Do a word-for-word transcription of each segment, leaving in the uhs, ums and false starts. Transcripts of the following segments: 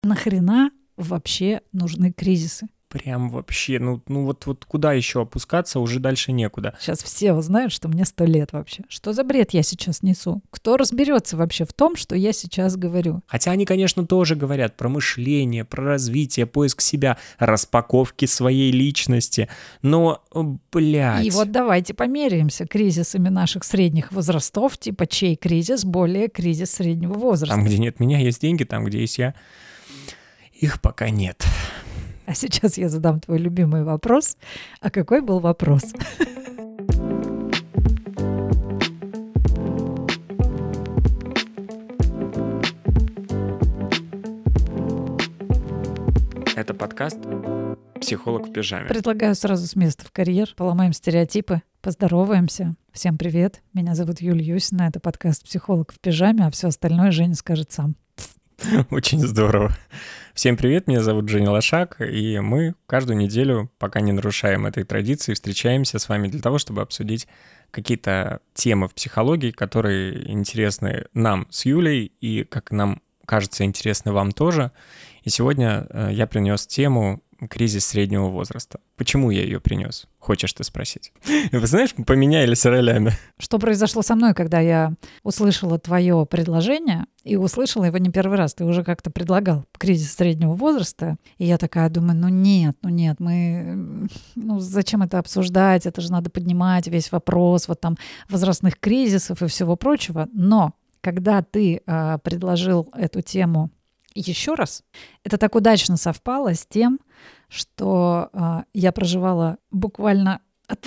нахрена вообще нужны кризисы? Прям вообще, ну, ну вот, вот куда еще опускаться, уже дальше некуда. Сейчас все узнают, что мне сто лет вообще. Что за бред я сейчас несу? Кто разберется вообще в том, что я сейчас говорю? Хотя они, конечно, тоже говорят про мышление, про развитие, поиск себя, распаковки своей личности. Но, блядь... И вот давайте померяемся кризисами наших средних возрастов, типа чей кризис более кризис среднего возраста. Там, где нет меня, есть деньги, там, где есть я, их пока нет. А сейчас я задам твой любимый вопрос. А какой был вопрос? Это подкаст «Психолог в пижаме». Предлагаю сразу с места в карьер. Поломаем стереотипы, поздороваемся. Всем привет. Меня зовут Юлия Юсина. Это подкаст «Психолог в пижаме», а все остальное Женя скажет сам. Очень здорово. Всем привет, меня зовут Женя Лошак, и мы каждую неделю, пока не нарушаем этой традиции, встречаемся с вами для того, чтобы обсудить какие-то темы в психологии, которые интересны нам с Юлей и, как нам кажется, интересны вам тоже. И сегодня я принес тему «Кризис среднего возраста». Почему я ее принес? Хочешь ты спросить? Вы знаешь, мы поменялись ролями. Что произошло со мной, когда я услышала твое предложение, и услышала его не первый раз, ты уже как-то предлагал кризис среднего возраста, и я такая думаю, ну нет, ну нет, мы, ну зачем это обсуждать, это же надо поднимать весь вопрос вот там возрастных кризисов и всего прочего, но когда ты э, предложил эту тему еще раз, это так удачно совпало с тем, что э, я проживала буквально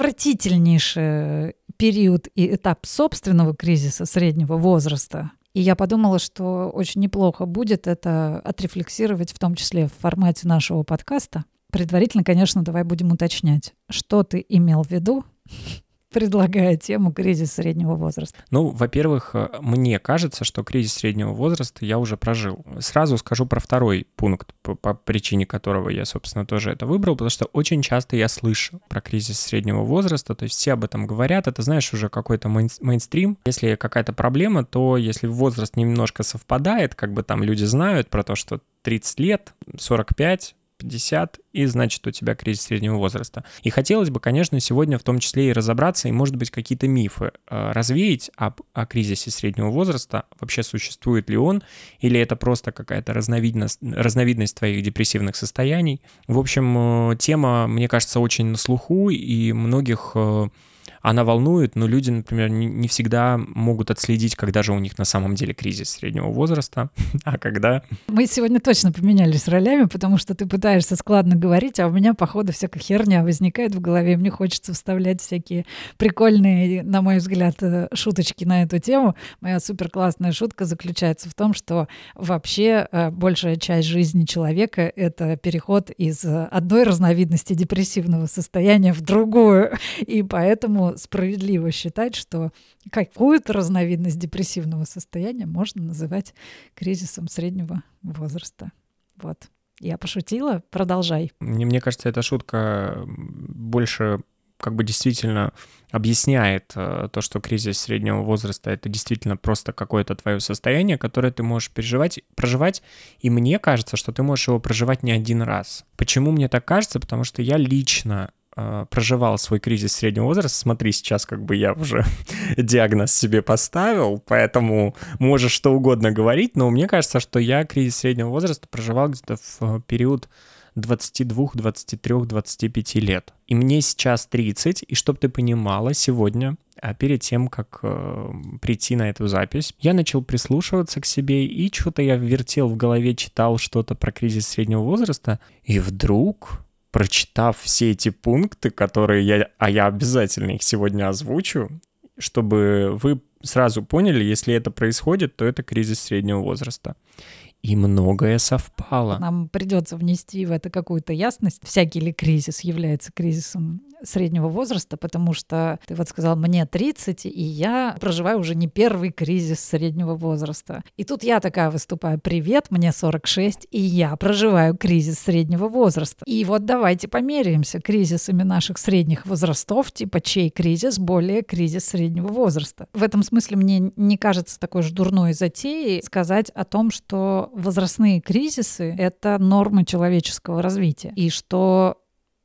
отвратительнейший период и этап собственного кризиса среднего возраста. И я подумала, что очень неплохо будет это отрефлексировать, в том числе в формате нашего подкаста. Предварительно, конечно, давай будем уточнять, что ты имел в виду, предлагая тему кризис среднего возраста? Ну, во-первых, мне кажется, что кризис среднего возраста я уже прожил. Сразу скажу про второй пункт, по, по причине которого я, собственно, тоже это выбрал, потому что очень часто я слышу про кризис среднего возраста, то есть все об этом говорят, это, знаешь, уже какой-то мейн, мейнстрим. Если какая-то проблема, то если возраст немножко совпадает, как бы там люди знают про то, что тридцать лет, сорок пять, пятьдесят, и, значит, у тебя кризис среднего возраста. И хотелось бы, конечно, сегодня в том числе и разобраться, и, может быть, какие-то мифы э, развеять об, о кризисе среднего возраста, вообще существует ли он, или это просто какая-то разновидность, разновидность твоих депрессивных состояний. В общем, э, тема, мне кажется, очень на слуху, и многих... Э, она волнует, но люди, например, не, не всегда могут отследить, когда же у них на самом деле кризис среднего возраста, а когда... Мы сегодня точно поменялись ролями, потому что ты пытаешься складно говорить, а у меня, походу, всякая херня возникает в голове. Мне хочется вставлять всякие прикольные, на мой взгляд, шуточки на эту тему. Моя суперклассная шутка заключается в том, что вообще большая часть жизни человека — это переход из одной разновидности депрессивного состояния в другую. И поэтому справедливо считать, что какую-то разновидность депрессивного состояния можно называть кризисом среднего возраста. Вот. Я пошутила, продолжай. Мне, мне кажется, эта шутка больше как бы действительно объясняет э, то, что кризис среднего возраста — это действительно просто какое-то твое состояние, которое ты можешь переживать, проживать, и мне кажется, что ты можешь его проживать не один раз. Почему мне так кажется? Потому что я лично проживал свой кризис среднего возраста. Смотри, сейчас как бы я уже диагноз себе поставил, поэтому можешь что угодно говорить, но мне кажется, что я кризис среднего возраста проживал где-то в период двадцать два, двадцать три, двадцать пять лет. И мне сейчас тридцать, и чтоб ты понимала, сегодня, перед тем, как э, прийти на эту запись, я начал прислушиваться к себе, и что-то я вертел в голове, читал что-то про кризис среднего возраста, и вдруг... прочитав все эти пункты, которые я... А я обязательно их сегодня озвучу, чтобы вы сразу поняли, если это происходит, то это кризис среднего возраста. И многое совпало. Нам придется внести в это какую-то ясность. Всякий ли кризис является кризисом среднего возраста, потому что ты вот сказал, мне тридцать, и я проживаю уже не первый кризис среднего возраста. И тут я такая выступаю: привет, мне сорок шесть, и я проживаю кризис среднего возраста. И вот давайте померяемся кризисами наших средних возрастов, типа чей кризис более кризис среднего возраста. В этом смысле мне не кажется такой же дурной затеей сказать о том, что возрастные кризисы — это нормы человеческого развития, и что...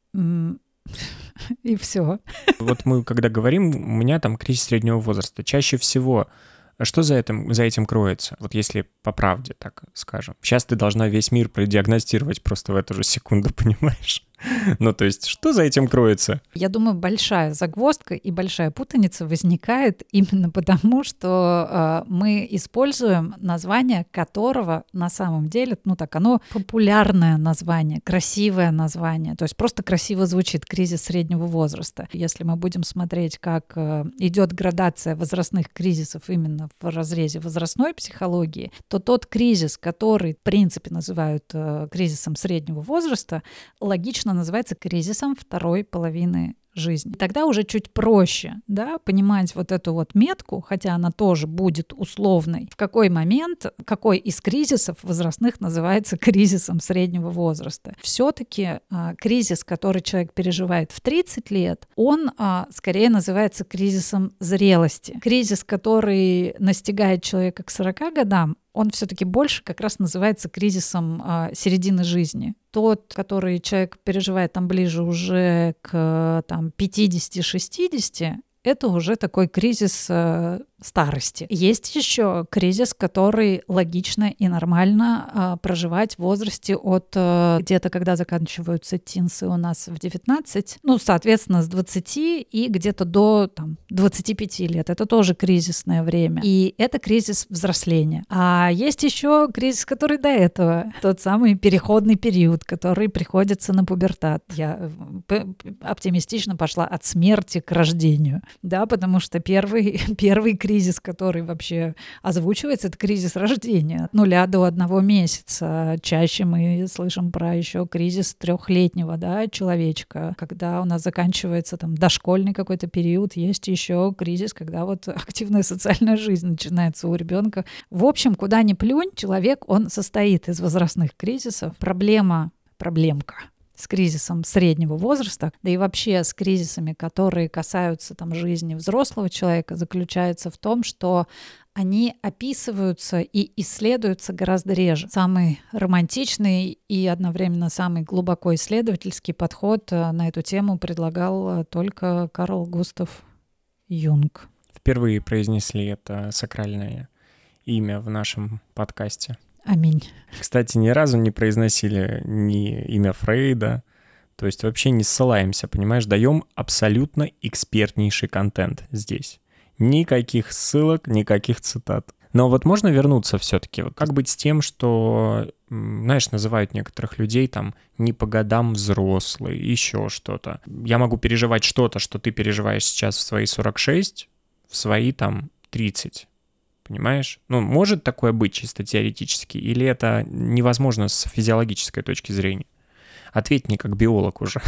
И все. Вот мы, когда говорим, у меня там кризис среднего возраста, чаще всего что за этим, за этим кроется? Вот если по правде так скажем. Сейчас ты должна весь мир продиагностировать просто в эту же секунду, понимаешь? Ну, то есть, что за этим кроется? Я думаю, большая загвоздка и большая путаница возникает именно потому, что э, мы используем название, которого на самом деле, ну так, оно популярное название, красивое название, то есть просто красиво звучит — кризис среднего возраста. Если мы будем смотреть, как э, идет градация возрастных кризисов именно в разрезе возрастной психологии, то тот кризис, который в принципе называют э, кризисом среднего возраста, логично называется кризисом второй половины жизни. Тогда уже чуть проще, да, понимать вот эту вот метку, хотя она тоже будет условной, в какой момент, какой из кризисов возрастных называется кризисом среднего возраста. Все-таки а, кризис, который человек переживает в тридцать лет, он а, скорее называется кризисом зрелости. Кризис, который настигает человека к сорока годам, он все-таки больше как раз называется кризисом а, середины жизни. Тот, который человек переживает там ближе уже к там, пятидесяти-шестидесяти, это уже такой кризис э, старости. Есть еще кризис, который логично и нормально э, проживать в возрасте от э, где-то, когда заканчиваются тинсы у нас в девятнадцать, ну, соответственно, с двадцати и где-то до там, двадцати пяти лет. Это тоже кризисное время. И это кризис взросления. А есть еще кризис, который до этого. Тот самый переходный период, который приходится на пубертат. Я оптимистично пошла от смерти к рождению. Да, потому что первый, первый кризис, который вообще озвучивается, это кризис рождения. От нуля до одного месяца. Чаще мы слышим про еще кризис трехлетнего, да, человечка. Когда у нас заканчивается там дошкольный какой-то период, есть еще кризис, когда вот активная социальная жизнь начинается у ребенка. В общем, куда ни плюнь, человек, он состоит из возрастных кризисов. Проблема, проблемка с кризисом среднего возраста, да и вообще с кризисами, которые касаются там жизни взрослого человека, заключается в том, что они описываются и исследуются гораздо реже. Самый романтичный и одновременно самый глубоко исследовательский подход на эту тему предлагал только Карл Густав Юнг. Впервые произнесли это сакральное имя в нашем подкасте. Аминь. Кстати, ни разу не произносили ни имя Фрейда, то есть вообще не ссылаемся, понимаешь, даем абсолютно экспертнейший контент здесь. Никаких ссылок, никаких цитат. Но вот можно вернуться все-таки, вот как быть с тем, что, знаешь, называют некоторых людей там не по годам взрослые, еще что-то. Я могу переживать что-то, что ты переживаешь сейчас в свои сорок шесть, в свои там тридцать. Понимаешь? Ну, может такое быть чисто теоретически, или это невозможно с физиологической точки зрения? Ответь мне как биолог уже.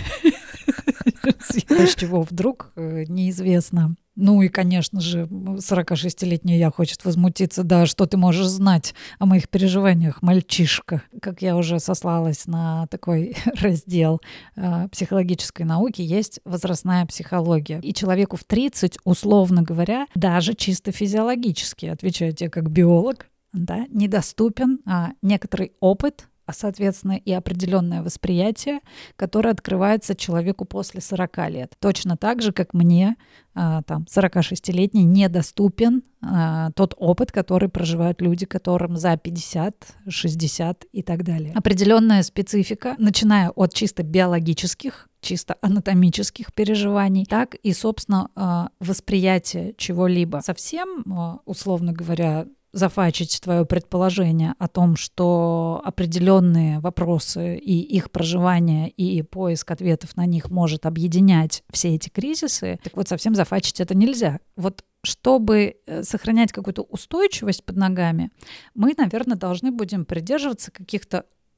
С чего вдруг, неизвестно. Ну и, конечно же, сорокашестилетняя я хочет возмутиться. Да, что ты можешь знать о моих переживаниях, мальчишка? Как я уже сослалась на такой раздел э, психологической науки, есть возрастная психология. И человеку в тридцать, условно говоря, даже чисто физиологически, отвечаю тебе как биолог, да, недоступен а, некоторый опыт, а, соответственно, и определенное восприятие, которое открывается человеку после сорока лет. Точно так же, как мне, а, там, сорокашестилетний, недоступен а, тот опыт, который проживают люди, которым за пятьдесят, шестьдесят и так далее. Определенная специфика, начиная от чисто биологических, чисто анатомических переживаний, так и, собственно, восприятие чего-либо. Совсем, условно говоря, зафачить твое предположение о том, что определенные вопросы и их проживание, и поиск ответов на них может объединять все эти кризисы, так вот совсем зафачить это нельзя. Вот чтобы сохранять какую-то устойчивость под ногами, мы, наверное, должны будем придерживаться каких-то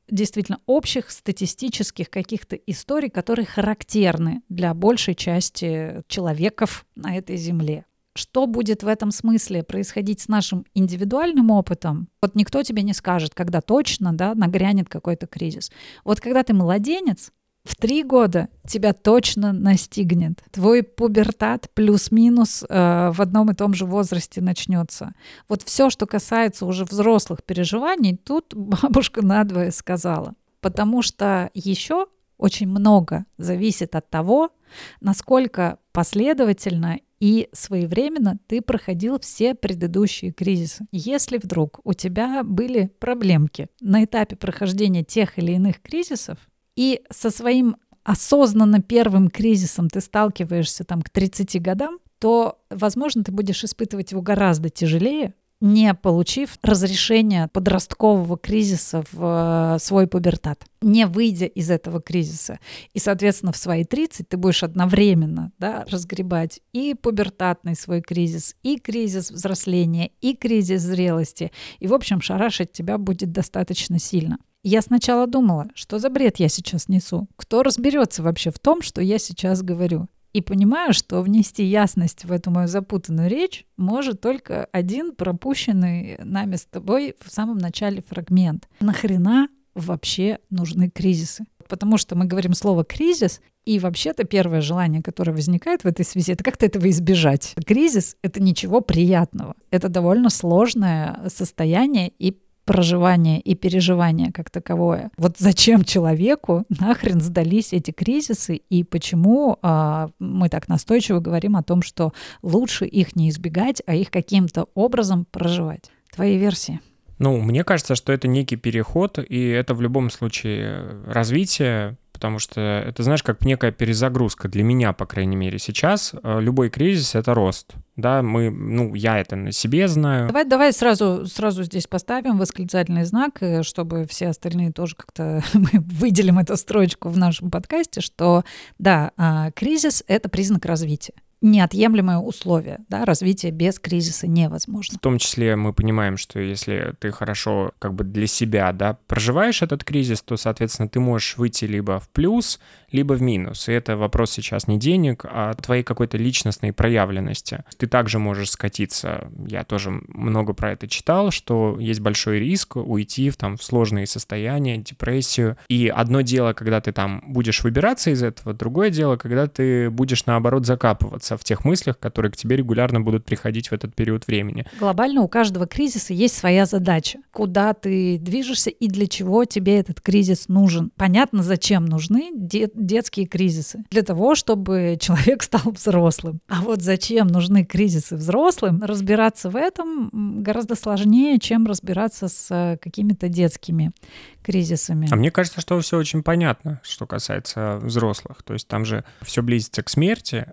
действительно общих статистических каких-то историй, которые характерны для большей части человеков на этой земле. Что будет в этом смысле происходить с нашим индивидуальным опытом? Вот никто тебе не скажет, когда точно, да, нагрянет какой-то кризис. Вот когда ты младенец, в три года тебя точно настигнет. Твой пубертат плюс-минус э, в одном и том же возрасте начнется. Вот все, что касается уже взрослых переживаний, тут бабушка надвое сказала. Потому что еще очень много зависит от того, насколько последовательно и своевременно ты проходил все предыдущие кризисы. Если вдруг у тебя были проблемки на этапе прохождения тех или иных кризисов, и со своим осознанно первым кризисом ты сталкиваешься там к тридцати годам, то, возможно, ты будешь испытывать его гораздо тяжелее, не получив разрешения подросткового кризиса в свой пубертат, не выйдя из этого кризиса. И, соответственно, в свои тридцать ты будешь одновременно, да, разгребать и пубертатный свой кризис, и кризис взросления, и кризис зрелости. И, в общем, шарашить тебя будет достаточно сильно. Я сначала думала, что за бред я сейчас несу, кто разберется вообще в том, что я сейчас говорю. И понимаю, что внести ясность в эту мою запутанную речь может только один пропущенный нами с тобой в самом начале фрагмент. Нахрена вообще нужны кризисы? Потому что мы говорим слово «кризис», и вообще-то первое желание, которое возникает в этой связи, это как-то этого избежать. Кризис — это ничего приятного. Это довольно сложное состояние и проживание и переживание как таковое. Вот зачем человеку нахрен сдались эти кризисы и почему а, мы так настойчиво говорим о том, что лучше их не избегать, а их каким-то образом проживать? Твои версии? Ну, мне кажется, что это некий переход, и это в любом случае развитие, потому что это, знаешь, как некая перезагрузка для меня, по крайней мере, сейчас. Любой кризис — это рост. Да, мы, ну, я это на себе знаю. Давай, давай сразу, сразу здесь поставим восклицательный знак, чтобы все остальные тоже как-то мы выделим эту строчку в нашем подкасте, что да, кризис — это признак развития. Неотъемлемое условие, да, развитие без кризиса невозможно. В том числе мы понимаем, что если ты хорошо как бы для себя, да, проживаешь этот кризис, то, соответственно, ты можешь выйти либо в плюс, либо в минус. И это вопрос сейчас не денег, а твоей какой-то личностной проявленности. Ты также можешь скатиться, я тоже много про это читал, что есть большой риск уйти в, там, в сложные состояния, депрессию. И одно дело, когда ты там будешь выбираться из этого, другое дело, когда ты будешь, наоборот, закапываться в тех мыслях, которые к тебе регулярно будут приходить в этот период времени. Глобально у каждого кризиса есть своя задача. Куда ты движешься и для чего тебе этот кризис нужен. Понятно, зачем нужны де- детские кризисы. Для того, чтобы человек стал взрослым. А вот зачем нужны кризисы взрослым, разбираться в этом гораздо сложнее, чем разбираться с какими-то детскими кризисами. А мне кажется, что все очень понятно, что касается взрослых. То есть там же все близится к смерти.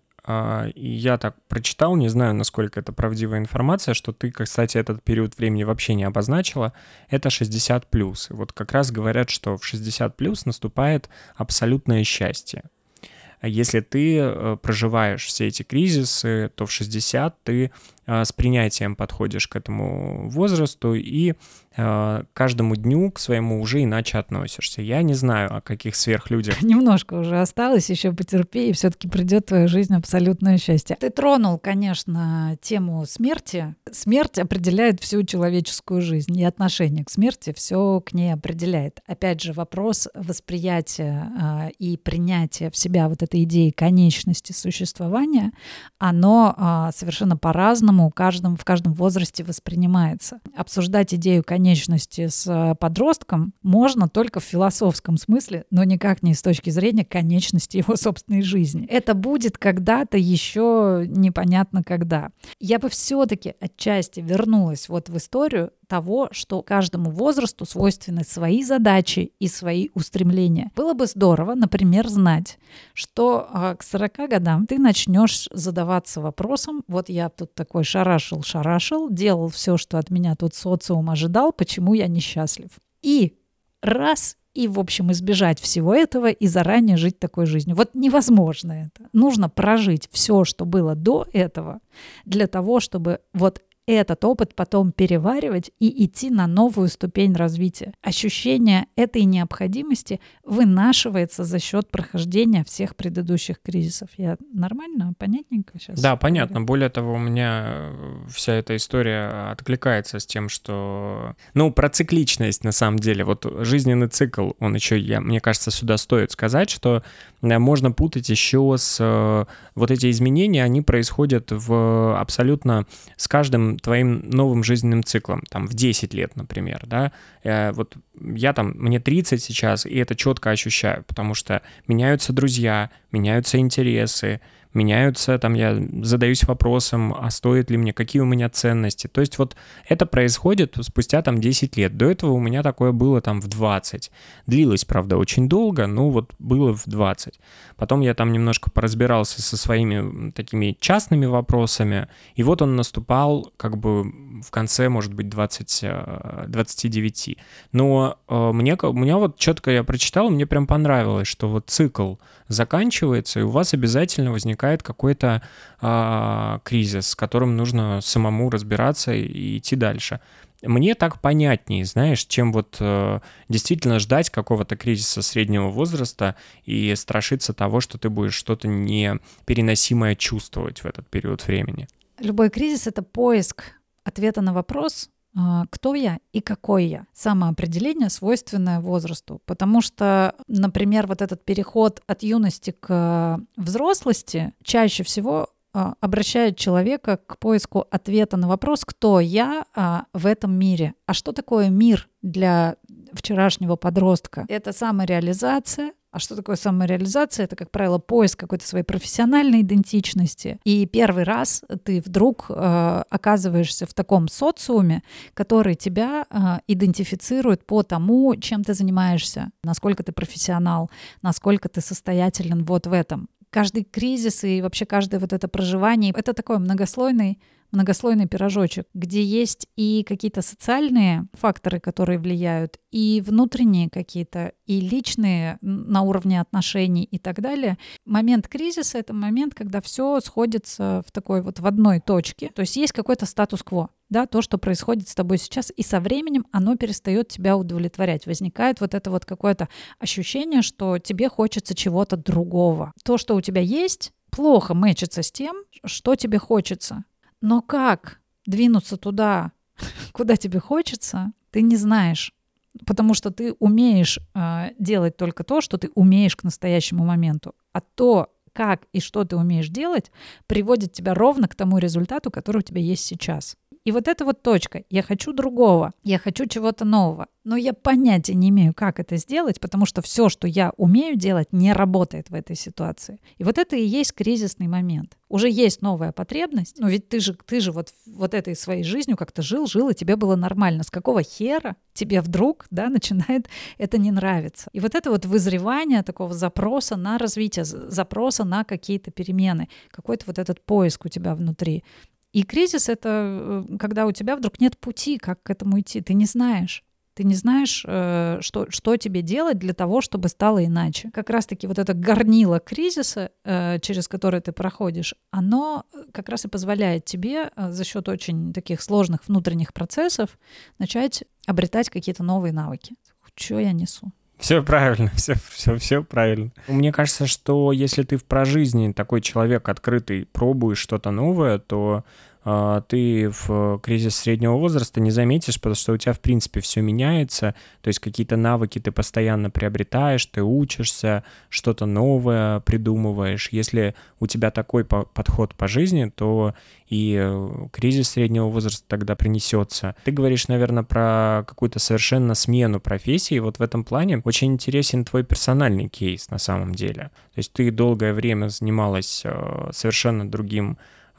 И я так прочитал, не знаю, насколько это правдивая информация, что ты, кстати, этот период времени вообще не обозначила, это шестьдесят плюс. И вот как раз говорят, что в шестьдесят плюс наступает абсолютное счастье. А если ты проживаешь все эти кризисы, то в шестьдесят ты с принятием подходишь к этому возрасту и э, каждому дню к своему уже иначе относишься. Я не знаю, о каких сверхлюдях. Немножко уже осталось, еще потерпи, и все-таки придет в твою жизнь абсолютное счастье. Ты тронул, конечно, тему смерти. Смерть определяет всю человеческую жизнь, и отношение к смерти все к ней определяет. Опять же, вопрос восприятия э, и принятия в себя вот этой идеи конечности существования, оно э, совершенно по-разному у каждом, в каждом возрасте воспринимается. Обсуждать идею конечности с подростком можно только в философском смысле, но никак не с точки зрения конечности его собственной жизни. Это будет когда-то еще непонятно когда. Я бы все-таки отчасти вернулась вот в историю того, что каждому возрасту свойственны свои задачи и свои устремления. Было бы здорово, например, знать, что а, к сорока годам ты начнешь задаваться вопросом, вот я тут такой шарашил-шарашил, делал все, что от меня тут социум ожидал, почему я несчастлив. И раз и, в общем, избежать всего этого и заранее жить такой жизнью. Вот невозможно это. Нужно прожить все, что было до этого, для того, чтобы вот этот опыт потом переваривать и идти на новую ступень развития. Ощущение этой необходимости вынашивается за счет прохождения всех предыдущих кризисов. Я нормально, понятненько сейчас? Да, понятно. Говорю? Более того, у меня вся эта история откликается с тем, что... Ну, про цикличность, на самом деле. Вот жизненный цикл, он еще, я, мне кажется, сюда стоит сказать, что можно путать еще с... Вот эти изменения, они происходят в абсолютно с каждым твоим новым жизненным циклом. Там в десять лет, например, да. Вот я там, мне тридцать сейчас, и это четко ощущаю, потому что меняются друзья, меняются интересы, меняются, там я задаюсь вопросом, а стоит ли мне, какие у меня ценности. То есть вот это происходит спустя там десять лет. До этого у меня такое было там в двадцать. Длилось, правда, очень долго, но вот было в двадцать. Потом я там немножко поразбирался со своими такими частными вопросами, и вот он наступал как бы в конце, может быть, двадцати, двадцати девяти. Но э, мне, у меня вот четко я прочитал, мне прям понравилось, что вот цикл заканчивается, и у вас обязательно возникает какой-то э, кризис, с которым нужно самому разбираться и идти дальше. Мне так понятнее, знаешь, чем вот э, действительно ждать какого-то кризиса среднего возраста и страшиться того, что ты будешь что-то непереносимое чувствовать в этот период времени. Любой кризис — это поиск ответа на вопрос, кто я и какой я. Самоопределение, свойственное возрасту. Потому что, например, вот этот переход от юности к взрослости чаще всего обращает человека к поиску ответа на вопрос, кто я в этом мире. А что такое мир для вчерашнего подростка? Это самореализация. А что такое самореализация? Это, как правило, поиск какой-то своей профессиональной идентичности. И первый раз ты вдруг э, оказываешься в таком социуме, который тебя э, идентифицирует по тому, чем ты занимаешься, насколько ты профессионал, насколько ты состоятелен вот в этом. Каждый кризис и вообще каждое вот это проживание — это такой многослойный многослойный пирожочек, где есть и какие-то социальные факторы, которые влияют, и внутренние какие-то, и личные на уровне отношений и так далее. Момент кризиса — это момент, когда все сходится в такой вот в одной точке. То есть есть какой-то статус-кво, да, то, что происходит с тобой сейчас, и со временем оно перестает тебя удовлетворять. Возникает вот это вот какое-то ощущение, что тебе хочется чего-то другого. То, что у тебя есть, плохо мэчится с тем, что тебе хочется. Но как двинуться туда, куда тебе хочется, ты не знаешь. Потому что ты умеешь э, делать только то, что ты умеешь к настоящему моменту. А то, как и что ты умеешь делать, приводит тебя ровно к тому результату, который у тебя есть сейчас. И вот эта вот точка. Я хочу другого, я хочу чего-то нового. Но я понятия не имею, как это сделать, потому что все, что я умею делать, не работает в этой ситуации. И вот это и есть кризисный момент. Уже есть новая потребность, но ведь ты же, ты же вот, вот этой своей жизнью как-то жил, жил, и тебе было нормально. С какого хера тебе вдруг, да, начинает это не нравиться? И вот это вот вызревание такого запроса на развитие, запроса на какие-то перемены, какой-то вот этот поиск у тебя внутри. И кризис — это когда у тебя вдруг нет пути, как к этому идти. Ты не знаешь. Ты не знаешь, что, что тебе делать для того, чтобы стало иначе. Как раз-таки вот это горнило кризиса, через которое ты проходишь, оно как раз и позволяет тебе за счет очень таких сложных внутренних процессов начать обретать какие-то новые навыки. Что я несу? Все правильно, все, все, все правильно. Мне кажется, что если ты в прожизни такой человек открытый, пробуешь что-то новое, то э, ты в кризис среднего возраста не заметишь, потому что у тебя, в принципе, все меняется. То есть какие-то навыки ты постоянно приобретаешь, ты учишься, что-то новое придумываешь. Если у тебя такой по- подход по жизни, то и кризис среднего возраста тогда принесется. Ты говоришь, наверное, про какую-то совершенно смену профессии. Вот в этом плане очень интересен твой персональный кейс на самом деле. То есть ты долгое время занималась э, совершенно другим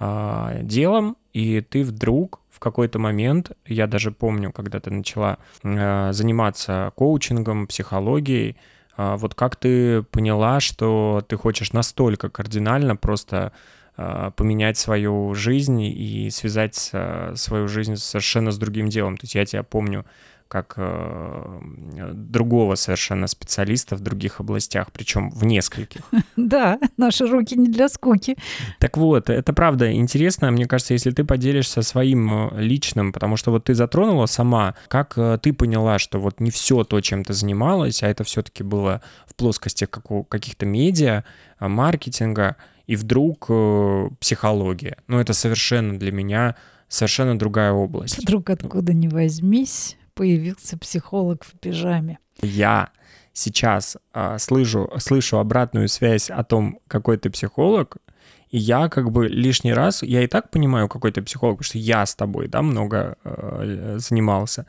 э, делом, и ты вдруг в какой-то момент, я даже помню, когда ты начала э, заниматься коучингом, психологией, э, вот как ты поняла, что ты хочешь настолько кардинально просто поменять свою жизнь и связать свою жизнь совершенно с другим делом. То есть я тебя помню, как э, другого совершенно специалиста в других областях, причем в нескольких. Да, наши руки не для скуки. Так вот, это правда интересно, мне кажется, если ты поделишься своим личным, потому что вот ты затронула сама, как ты поняла, что вот не все то, чем ты занималась, а это все-таки было в плоскости каких-то медиа, маркетинга, и вдруг э, психология. Ну, это совершенно для меня совершенно другая область. Вдруг откуда ни возьмись, появился психолог в пижаме. Я сейчас э, слышу, слышу обратную связь о том, какой ты психолог, и я как бы лишний раз, я и так понимаю, какой ты психолог, потому что я с тобой, да, много э, занимался.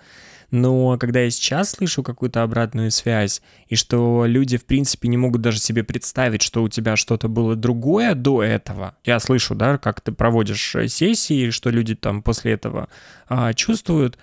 Но когда я сейчас слышу какую-то обратную связь, и что люди, в принципе, не могут даже себе представить, что у тебя что-то было другое до этого, я слышу, да, как ты проводишь сессии, что люди там после этого а, чувствуют,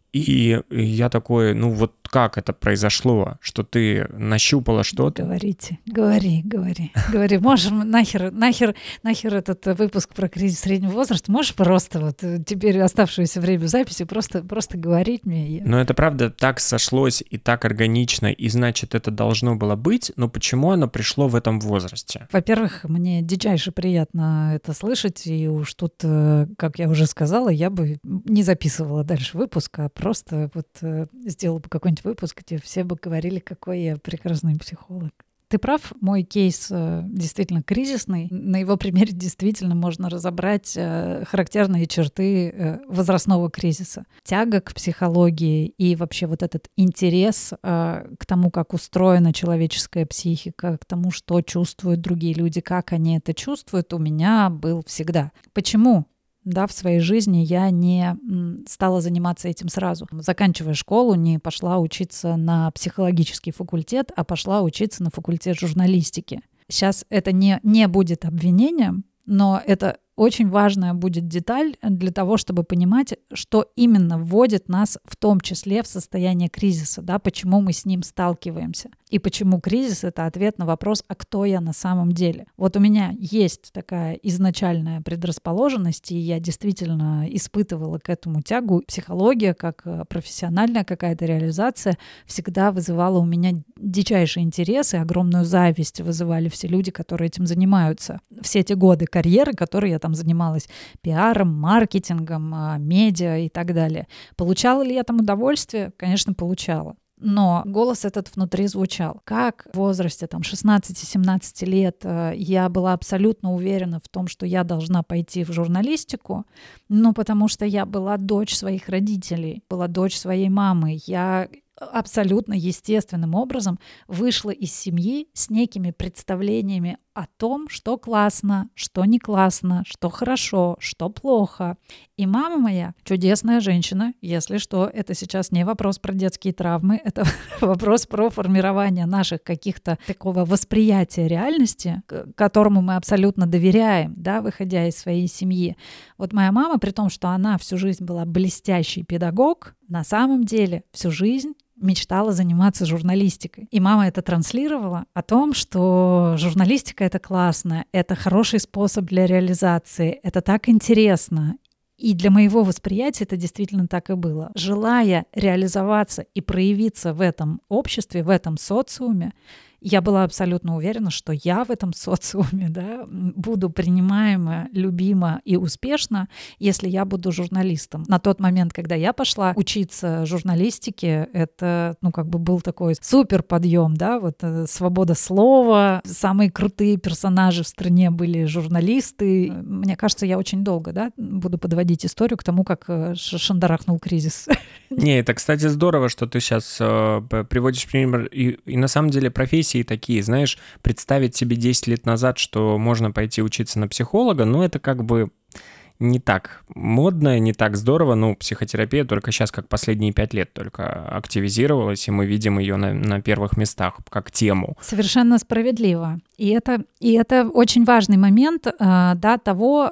и я такой, ну вот как это произошло, что ты нащупала что-то? Говорите, говори, говори, говори. Можешь нахер, нахер, нахер этот выпуск про кризис среднего возраста, можешь просто вот теперь оставшееся время записи просто, просто говорить мне? Но это правда так сошлось и так органично, и значит это должно было быть, но почему оно пришло в этом возрасте? Во-первых, мне дичайше приятно это слышать, и уж тут, как я уже сказала, я бы не записывала дальше выпуск, а просто вот сделала бы какой-нибудь выпуск, где все бы говорили, какой я прекрасный психолог. Ты прав, мой кейс действительно кризисный. На его примере действительно можно разобрать характерные черты возрастного кризиса. Тяга к психологии и вообще вот этот интерес к тому, как устроена человеческая психика, к тому, что чувствуют другие люди, как они это чувствуют, у меня был всегда. Почему? Да, в своей жизни я не стала заниматься этим сразу. Заканчивая школу, не пошла учиться на психологический факультет, а пошла учиться на факультет журналистики. Сейчас это не, не будет обвинением, но это очень важная будет деталь для того, чтобы понимать, что именно вводит нас в том числе в состояние кризиса, да, почему мы с ним сталкиваемся. И почему кризис — это ответ на вопрос, а кто я на самом деле. Вот у меня есть такая изначальная предрасположенность, и я действительно испытывала к этому тягу. Психология, как профессиональная какая-то реализация, всегда вызывала у меня дичайший интерес и огромную зависть вызывали все люди, которые этим занимаются. Все те годы карьеры, которые я там занималась пиаром, маркетингом, медиа и так далее. Получала ли я там удовольствие? Конечно, получала. Но голос этот внутри звучал. Как в возрасте там, шестнадцати-семнадцати лет я была абсолютно уверена в том, что я должна пойти в журналистику, ну, потому что я была дочь своих родителей, была дочь своей мамы. Я абсолютно естественным образом вышла из семьи с некими представлениями о том, что классно, что не классно, что хорошо, что плохо. И мама моя чудесная женщина, если что, это сейчас не вопрос про детские травмы, это вопрос про формирование наших каких-то такого восприятия реальности, которому мы абсолютно доверяем, да, выходя из своей семьи. Вот моя мама, при том, что она всю жизнь была блестящий педагог, на самом деле всю жизнь мечтала заниматься журналистикой. И мама это транслировала о том, что журналистика — это классно, это хороший способ для реализации, это так интересно. И для моего восприятия это действительно так и было. Желая реализоваться и проявиться в этом обществе, в этом социуме, я была абсолютно уверена, что я в этом социуме, да, буду принимаема, любима и успешна, если я буду журналистом. На тот момент, когда я пошла учиться журналистике, это, ну, как бы был такой супер подъем, да, вот свобода слова, самые крутые персонажи в стране были журналисты. Мне кажется, я очень долго, да, буду подводить историю к тому, как шандарахнул кризис. Не, это, кстати, здорово, что ты сейчас э, приводишь пример. И, и на самом деле профессии такие, знаешь, представить себе десять лет назад, что можно пойти учиться на психолога, ну, это как бы не так модно, не так здорово. Ну, психотерапия только сейчас, как последние пять лет, только активизировалась, и мы видим ее на, на первых местах как тему. Совершенно справедливо. И это, и это очень важный момент, да, того,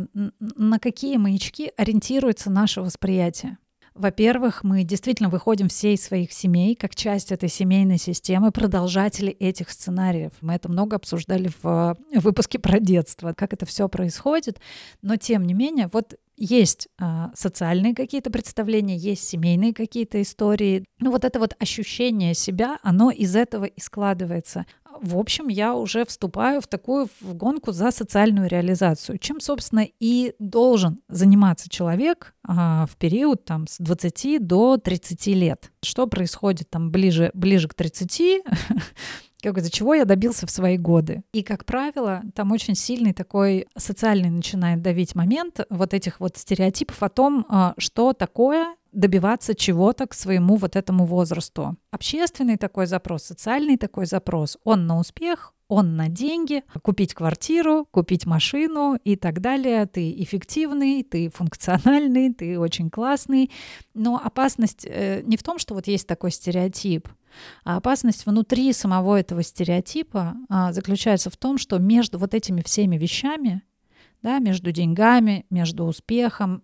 на какие маячки ориентируется наше восприятие. Во-первых, мы действительно выходим все из своих семей, как часть этой семейной системы, продолжатели этих сценариев. Мы это много обсуждали в выпуске про детство, как это все происходит. Но тем не менее, вот Есть а, социальные какие-то представления, есть семейные какие-то истории. Ну вот это вот ощущение себя, оно из этого и складывается. В общем, я уже вступаю в такую в гонку за социальную реализацию, чем, собственно, и должен заниматься человек а, в период там, с двадцати до тридцати лет. Что происходит там ближе, ближе к тридцати, как из-за чего я добился в свои годы. И, как правило, там очень сильный такой социальный начинает давить момент вот этих вот стереотипов о том, что такое добиваться чего-то к своему вот этому возрасту. Общественный такой запрос, социальный такой запрос, он на успех, он на деньги, купить квартиру, купить машину и так далее. Ты эффективный, ты функциональный, ты очень классный. Но опасность э, не в том, что вот есть такой стереотип, а опасность внутри самого этого стереотипа а, заключается в том, что между вот этими всеми вещами, да, между деньгами, между успехом,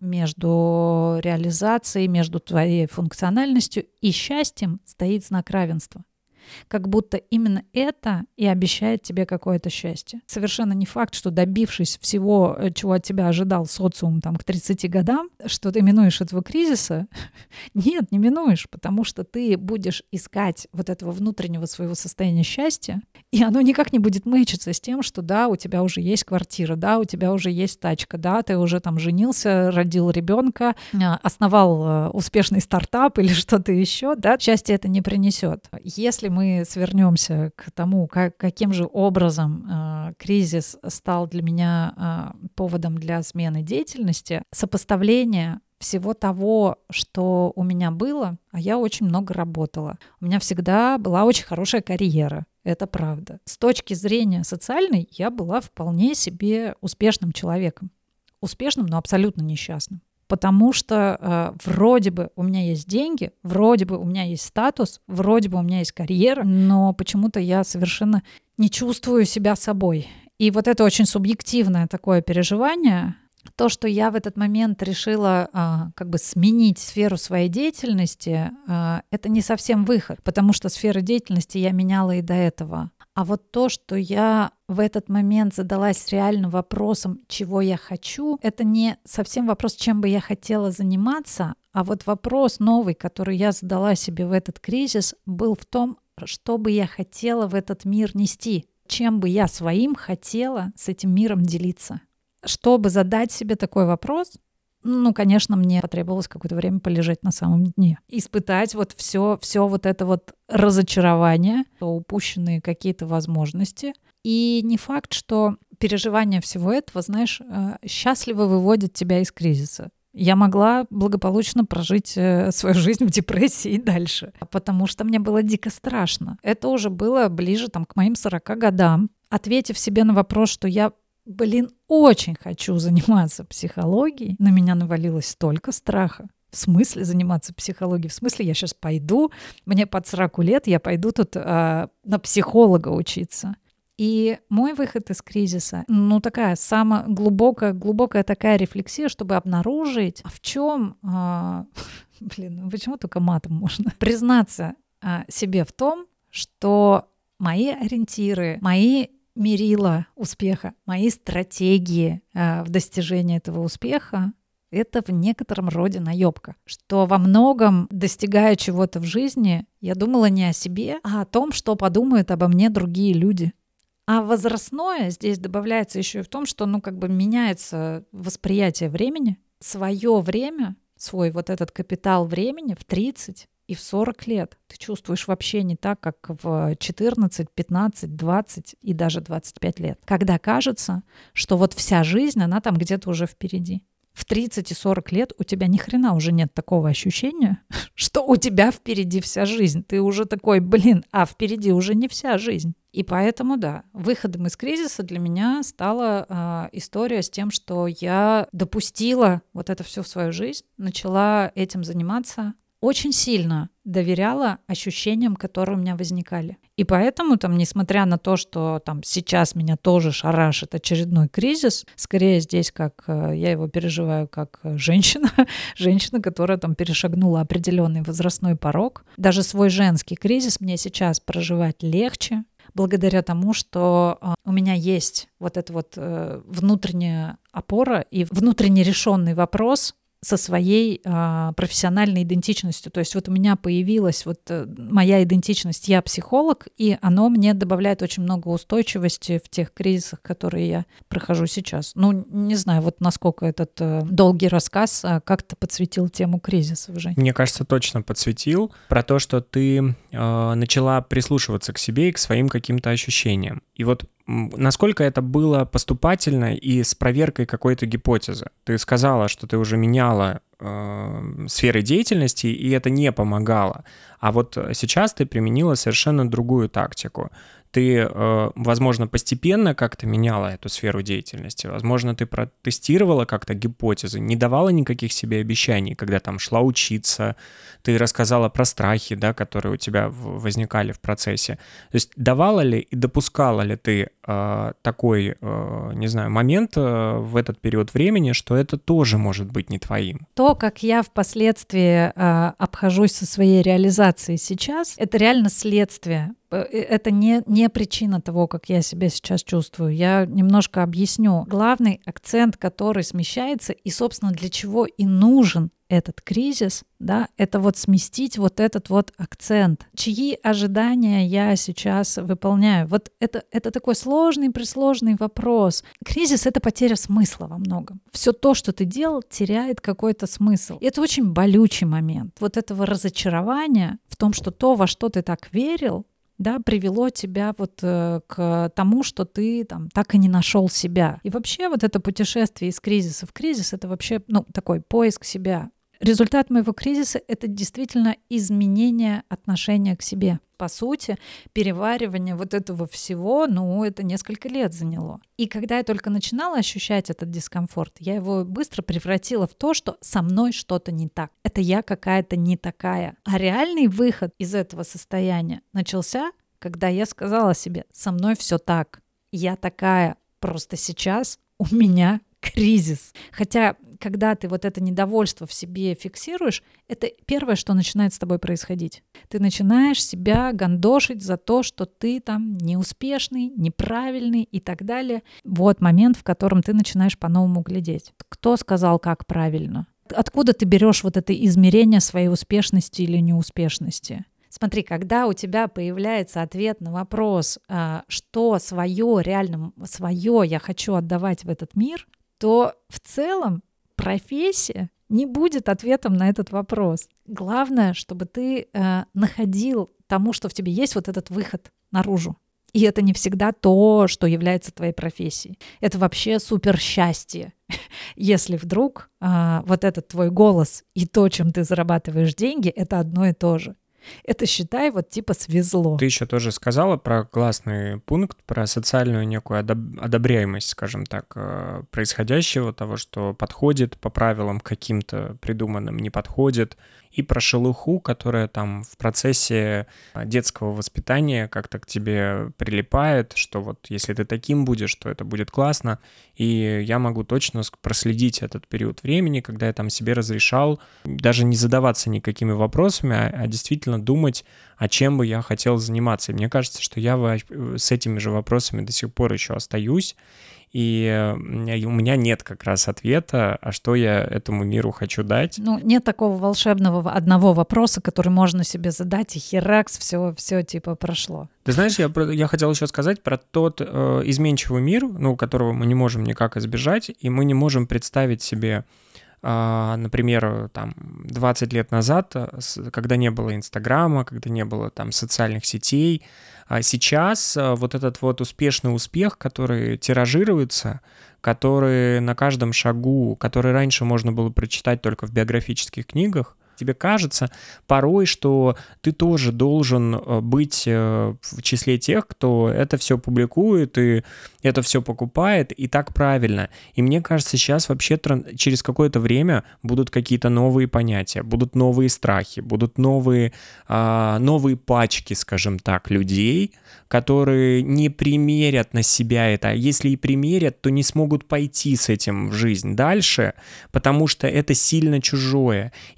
между реализацией, между твоей функциональностью и счастьем стоит знак равенства. Как будто именно это и обещает тебе какое-то счастье. Совершенно не факт, что добившись всего, чего от тебя ожидал социум там, к тридцати годам, что ты минуешь этого кризиса. Нет, не минуешь, потому что ты будешь искать вот этого внутреннего своего состояния счастья, и оно никак не будет мэчиться с тем, что да, у тебя уже есть квартира, да, у тебя уже есть тачка, да, ты уже там женился, родил ребенка, основал успешный стартап или что-то еще, да, счастье это не принесет. Если мы свернемся к тому, как, каким же образом э, кризис стал для меня э, поводом для смены деятельности, сопоставление всего того, что у меня было, а я очень много работала. У меня всегда была очень хорошая карьера, это правда. С точки зрения социальной я была вполне себе успешным человеком. Успешным, но абсолютно несчастным. Потому что э, вроде бы у меня есть деньги, вроде бы у меня есть статус, вроде бы у меня есть карьера, но почему-то я совершенно не чувствую себя собой. И вот это очень субъективное такое переживание, то, что я в этот момент решила э, как бы сменить сферу своей деятельности, э, это не совсем выход, потому что сферы деятельности я меняла и до этого. А вот то, что я в этот момент задалась реально вопросом, чего я хочу, это не совсем вопрос, чем бы я хотела заниматься, а вот вопрос новый, который я задала себе в этот кризис, был в том, что бы я хотела в этот мир нести, чем бы я своим хотела с этим миром делиться. Чтобы задать себе такой вопрос, ну, конечно, мне потребовалось какое-то время полежать на самом дне. Испытать вот все, все вот это вот разочарование, упущенные какие-то возможности. И не факт, что переживание всего этого, знаешь, счастливо выводит тебя из кризиса. Я могла благополучно прожить свою жизнь в депрессии и дальше, потому что мне было дико страшно. Это уже было ближе там, к моим сорока годам. Ответив себе на вопрос, что я Блин, очень хочу заниматься психологией. На меня навалилось столько страха. В смысле заниматься психологией? В смысле я сейчас пойду, мне под сорок лет, я пойду тут э, на психолога учиться. И мой выход из кризиса, ну такая самая глубокая, глубокая такая рефлексия, чтобы обнаружить, а в чем, э, блин, почему только матом можно, признаться э, себе в том, что мои ориентиры, мои мерила успеха, мои стратегии э, в достижении этого успеха — это в некотором роде наебка. Что во многом, достигая чего-то в жизни, я думала не о себе, а о том, что подумают обо мне другие люди. А возрастное здесь добавляется еще и в том, что ну как бы меняется восприятие времени. Свое время, свой вот этот капитал времени в тридцать и в сорок лет ты чувствуешь вообще не так, как в четырнадцать, пятнадцать, двадцать и даже двадцать пять лет. Когда кажется, что вот вся жизнь, она там где-то уже впереди. В тридцать и сорок лет у тебя ни хрена уже нет такого ощущения, что у тебя впереди вся жизнь. Ты уже такой, блин, а впереди уже не вся жизнь. И поэтому, да, выходом из кризиса для меня стала э, история с тем, что я допустила вот это все в свою жизнь, начала этим заниматься, очень сильно доверяла ощущениям, которые у меня возникали. И поэтому, там, несмотря на то, что там, сейчас меня тоже шарашит очередной кризис, скорее здесь как я его переживаю как женщина, женщина, которая там, перешагнула определенный возрастной порог. Даже свой женский кризис мне сейчас проживать легче, благодаря тому, что э, у меня есть вот эта вот э, внутренняя опора и внутренне решенный вопрос со своей а, профессиональной идентичностью. То есть вот у меня появилась вот э, моя идентичность, я психолог, и оно мне добавляет очень много устойчивости в тех кризисах, которые я прохожу сейчас. Ну, не знаю, вот насколько этот э, долгий рассказ э, как-то подсветил тему кризисов, Жень. Мне кажется, точно подсветил про то, что ты э, начала прислушиваться к себе и к своим каким-то ощущениям. И вот насколько это было поступательно и с проверкой какой-то гипотезы? Ты сказала, что ты уже меняла э, сферы деятельности, и это не помогало. А вот сейчас ты применила совершенно другую тактику. Ты, э, возможно, постепенно как-то меняла эту сферу деятельности. Возможно, ты протестировала как-то гипотезы, не давала никаких себе обещаний, когда там шла учиться. Ты рассказала про страхи, да, которые у тебя возникали в процессе. То есть давала ли и допускала ли ты э, такой, э, не знаю, момент э, в этот период времени, что это тоже может быть не твоим? То, как я впоследствии э, обхожусь со своей реализацией сейчас, это реально следствие. Это не, не причина того, как я себя сейчас чувствую. Я немножко объясню. Главный акцент, который смещается, и, собственно, для чего и нужен этот кризис, да, это вот сместить вот этот вот акцент. Чьи ожидания я сейчас выполняю? Вот это, это такой сложный-пресложный вопрос. Кризис — это потеря смысла во многом. Все то, что ты делал, теряет какой-то смысл. И это очень болючий момент. Вот этого разочарования в том, что то, во что ты так верил, да, привело тебя вот э, к тому, что ты там так и не нашел себя. И вообще вот это путешествие из кризиса в кризис — это вообще, ну, такой поиск себя. Результат моего кризиса — это действительно изменение отношения к себе. По сути, переваривание вот этого всего, ну, это несколько лет заняло. И когда я только начинала ощущать этот дискомфорт, я его быстро превратила в то, что со мной что-то не так. Это я какая-то не такая. А реальный выход из этого состояния начался, когда я сказала себе: со мной все так, я такая, просто сейчас у меня кризис. Хотя, когда ты вот это недовольство в себе фиксируешь, это первое, что начинает с тобой происходить. Ты начинаешь себя гандошить за то, что ты там неуспешный, неправильный и так далее. Вот момент, в котором ты начинаешь по-новому глядеть. Кто сказал, как правильно? Откуда ты берешь вот это измерение своей успешности или неуспешности? Смотри, когда у тебя появляется ответ на вопрос, что свое, реально свое я хочу отдавать в этот мир, то в целом профессия не будет ответом на этот вопрос. Главное, чтобы ты э, находил тому, что в тебе есть, вот этот выход наружу. И это не всегда то, что является твоей профессией. Это вообще супер счастье, если вдруг э, вот этот твой голос и то, чем ты зарабатываешь деньги, это одно и то же. Это, считай, вот типа свезло. Ты еще тоже сказала про классный пункт, про социальную некую одоб- одобряемость, скажем так, происходящего, того, что подходит по правилам каким-то придуманным, не подходит, и про шелуху, которая там в процессе детского воспитания как-то к тебе прилипает, что вот если ты таким будешь, то это будет классно. И я могу точно проследить этот период времени, когда я там себе разрешал даже не задаваться никакими вопросами, а, а действительно думать, а чем бы я хотел заниматься. И мне кажется, что я с этими же вопросами до сих пор еще остаюсь. И у меня нет как раз ответа, а что я этому миру хочу дать. Ну, нет такого волшебного одного вопроса, который можно себе задать, и херакс, все, все типа прошло. Ты знаешь, я, я хотел еще сказать про тот э, изменчивый мир, ну, которого мы не можем никак избежать, и мы не можем представить себе, э, например, там, двадцать лет назад, когда не было Инстаграма, когда не было там социальных сетей. А сейчас вот этот вот успешный успех, который тиражируется, который на каждом шагу, который раньше можно было прочитать только в биографических книгах, тебе кажется порой, что ты тоже должен быть в числе тех, кто это все публикует и это все покупает, и так правильно. И мне кажется, сейчас вообще через какое-то время будут какие-то новые понятия, будут новые страхи, будут новые, новые пачки, скажем так, людей, которые не примерят на себя это. А если и примерят, то не смогут пойти с этим в жизнь дальше, потому что это сильно чужое. И вот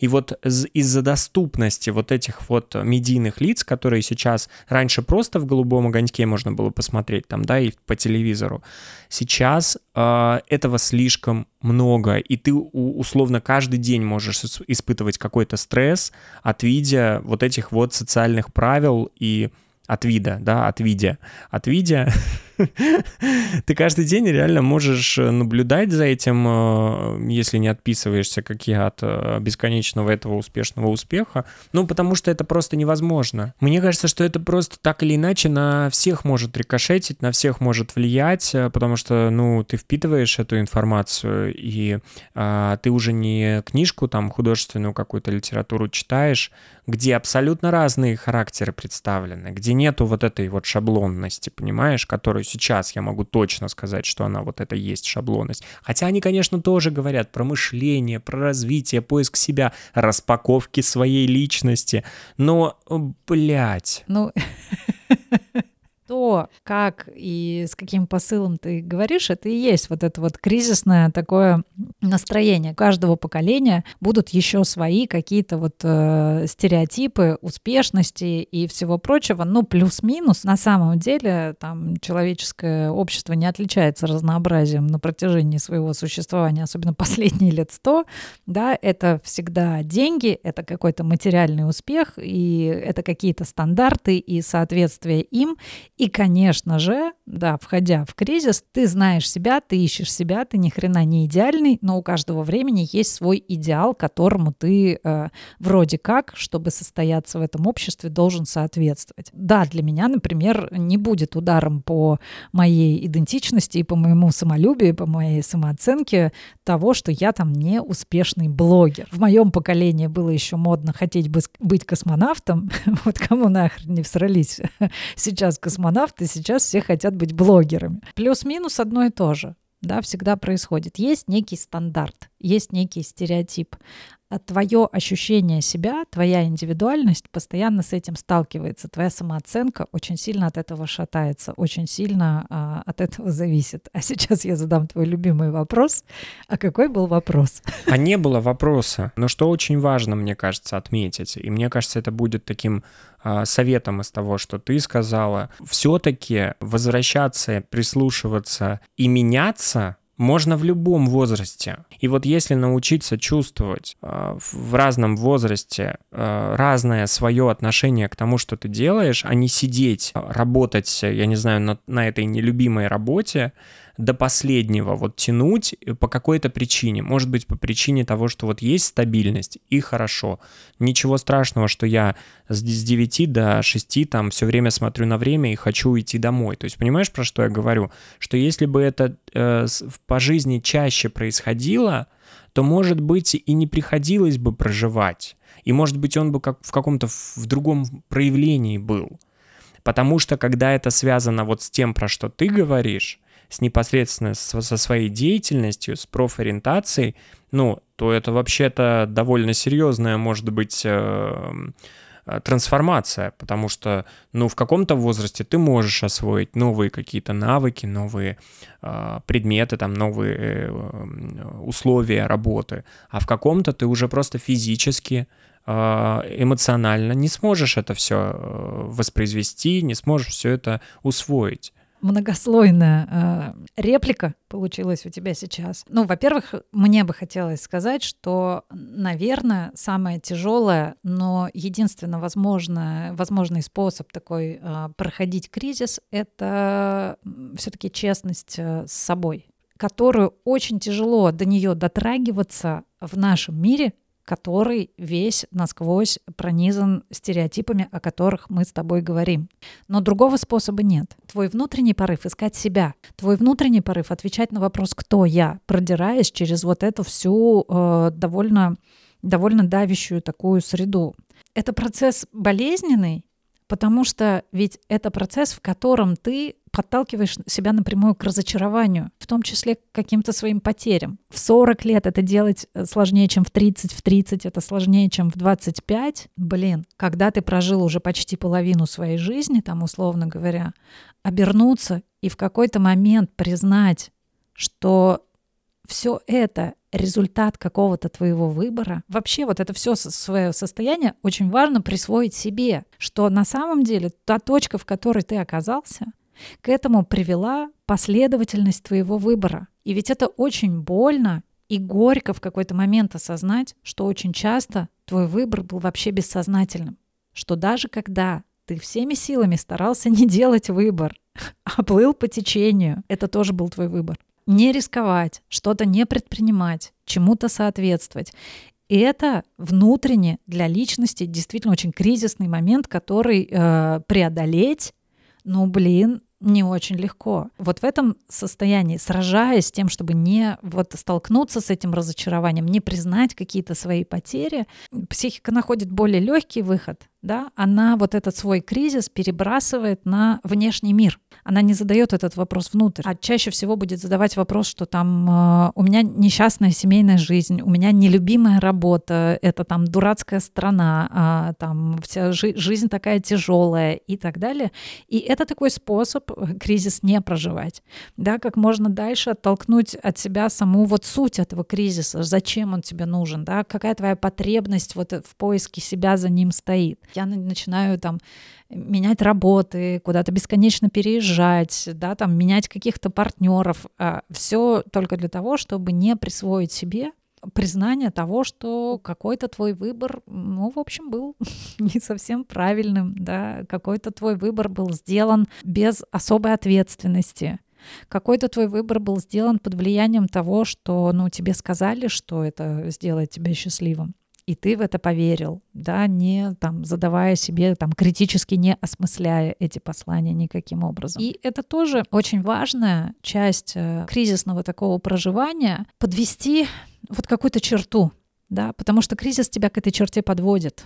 из-за доступности вот этих вот медийных лиц, которые сейчас раньше просто в «Голубом огоньке» можно было посмотреть там, да, и по телевизору, сейчас э, этого слишком много, и ты условно каждый день можешь испытывать какой-то стресс от вида вот этих вот социальных правил и от вида, да, от вида, от вида. Ты каждый день реально можешь наблюдать за этим, если не отписываешься, как я, от бесконечного этого успешного успеха. Ну, потому что это просто невозможно. Мне кажется, что это просто так или иначе на всех может рикошетить, на всех может влиять, потому что, ну, ты впитываешь эту информацию, и а, ты уже не книжку, там, художественную какую-то литературу читаешь, где абсолютно разные характеры представлены, где нету вот этой вот шаблонности, понимаешь, которую сейчас я могу точно сказать, что она вот это есть шаблонность. Хотя они, конечно, тоже говорят про мышление, про развитие, поиск себя, распаковки своей личности. Но, блядь... Ну... То, как и с каким посылом ты говоришь, это и есть вот это вот кризисное такое настроение. У каждого поколения будут еще свои какие-то вот э, стереотипы успешности и всего прочего, но плюс-минус на самом деле там человеческое общество не отличается разнообразием на протяжении своего существования, особенно последние лет сто, да, это всегда деньги, это какой-то материальный успех, и это какие-то стандарты и соответствие им. И, конечно же, да, входя в кризис, ты знаешь себя, ты ищешь себя, ты ни хрена не идеальный, но у каждого времени есть свой идеал, которому ты э, вроде как, чтобы состояться в этом обществе, должен соответствовать. Да, для меня, например, не будет ударом по моей идентичности и по моему самолюбию, и по моей самооценке того, что я там не успешный блогер. В моем поколении было еще модно хотеть быть космонавтом, вот кому нахрен не всрались сейчас космонавты, сейчас все хотят быть блогерами. Плюс-минус одно и то же, да, всегда происходит. Есть некий стандарт, есть некий стереотип. А твое ощущение себя, твоя индивидуальность постоянно с этим сталкивается. Твоя самооценка очень сильно от этого шатается, очень сильно а, от этого зависит. А сейчас я задам твой любимый вопрос. А какой был вопрос? А не было вопроса. Но что очень важно, мне кажется, отметить, и мне кажется, это будет таким а, советом из того, что ты сказала, все-таки возвращаться, прислушиваться и меняться можно в любом возрасте. И вот если научиться чувствовать э, в разном возрасте э, разное свое отношение к тому, что ты делаешь, а не сидеть, работать, я не знаю, на, на этой нелюбимой работе до последнего, вот тянуть по какой-то причине. Может быть, по причине того, что вот есть стабильность, и хорошо. Ничего страшного, что я с девяти до шести там все время смотрю на время и хочу уйти домой. То есть понимаешь, про что я говорю? Что если бы это э, по жизни чаще происходило, то, может быть, и не приходилось бы проживать. И, может быть, он бы как в каком-то в другом проявлении был. Потому что, когда это связано вот с тем, про что ты говоришь, с непосредственно со, со своей деятельностью, с профориентацией, ну, то это вообще-то довольно серьезная, может быть, э, э, трансформация, потому что, ну, в каком-то возрасте ты можешь освоить новые какие-то навыки, новые э, предметы, там, новые э, условия работы, а в каком-то ты уже просто физически, эмоционально не сможешь это все воспроизвести, не сможешь все это усвоить. Многослойная э, реплика получилась у тебя сейчас. Ну, во-первых, мне бы хотелось сказать, что, наверное, самое тяжелое, но единственно возможно, возможный способ такой э, проходить кризис — это все-таки честность э, с собой, которую очень тяжело до нее дотрагиваться в нашем мире, который весь насквозь пронизан стереотипами, о которых мы с тобой говорим. Но другого способа нет. Твой внутренний порыв — искать себя. Твой внутренний порыв — отвечать на вопрос «кто я?», продираясь через вот эту всю э, довольно, довольно давящую такую среду. Это процесс болезненный, потому что ведь это процесс, в котором ты подталкиваешь себя напрямую к разочарованию, в том числе к каким-то своим потерям. В сорок лет это делать сложнее, чем в тридцать, в тридцать это сложнее, чем в двадцать пять. Блин, когда ты прожил уже почти половину своей жизни, там, условно говоря, обернуться и в какой-то момент признать, что все это результат какого-то твоего выбора. Вообще вот это все свое состояние очень важно присвоить себе, что на самом деле та точка, в которой ты оказался, к этому привела последовательность твоего выбора. И ведь это очень больно и горько в какой-то момент осознать, что очень часто твой выбор был вообще бессознательным. Что даже когда ты всеми силами старался не делать выбор, а плыл по течению, это тоже был твой выбор. Не рисковать, что-то не предпринимать, чему-то соответствовать. И это внутренне для личности действительно очень кризисный момент, который э, преодолеть, ну, блин, не очень легко. Вот в этом состоянии, сражаясь с тем, чтобы не вот столкнуться с этим разочарованием, не признать какие-то свои потери, психика находит более легкий выход, да, она вот этот свой кризис перебрасывает на внешний мир. Она не задает этот вопрос внутрь, а чаще всего будет задавать вопрос, что там э, у меня несчастная семейная жизнь, у меня нелюбимая работа, это там дурацкая страна, э, там вся жи- жизнь такая тяжелая и так далее. И это такой способ кризис не проживать, да, как можно дальше оттолкнуть от себя саму вот суть этого кризиса, зачем он тебе нужен, да, какая твоя потребность вот в поиске себя за ним стоит. Я начинаю там менять работы, куда-то бесконечно переезжать, да, там менять каких-то партнеров, все только для того, чтобы не присвоить себе признание того, что какой-то твой выбор, ну, в общем, был не совсем правильным, да, какой-то твой выбор был сделан без особой ответственности. Какой-то твой выбор был сделан под влиянием того, что, ну, тебе сказали, что это сделает тебя счастливым. И ты в это поверил, да, не там задавая себе, там критически не осмысляя эти послания никаким образом. И это тоже очень важная часть э, кризисного такого проживания, подвести вот какую-то черту, да, потому что кризис тебя к этой черте подводит.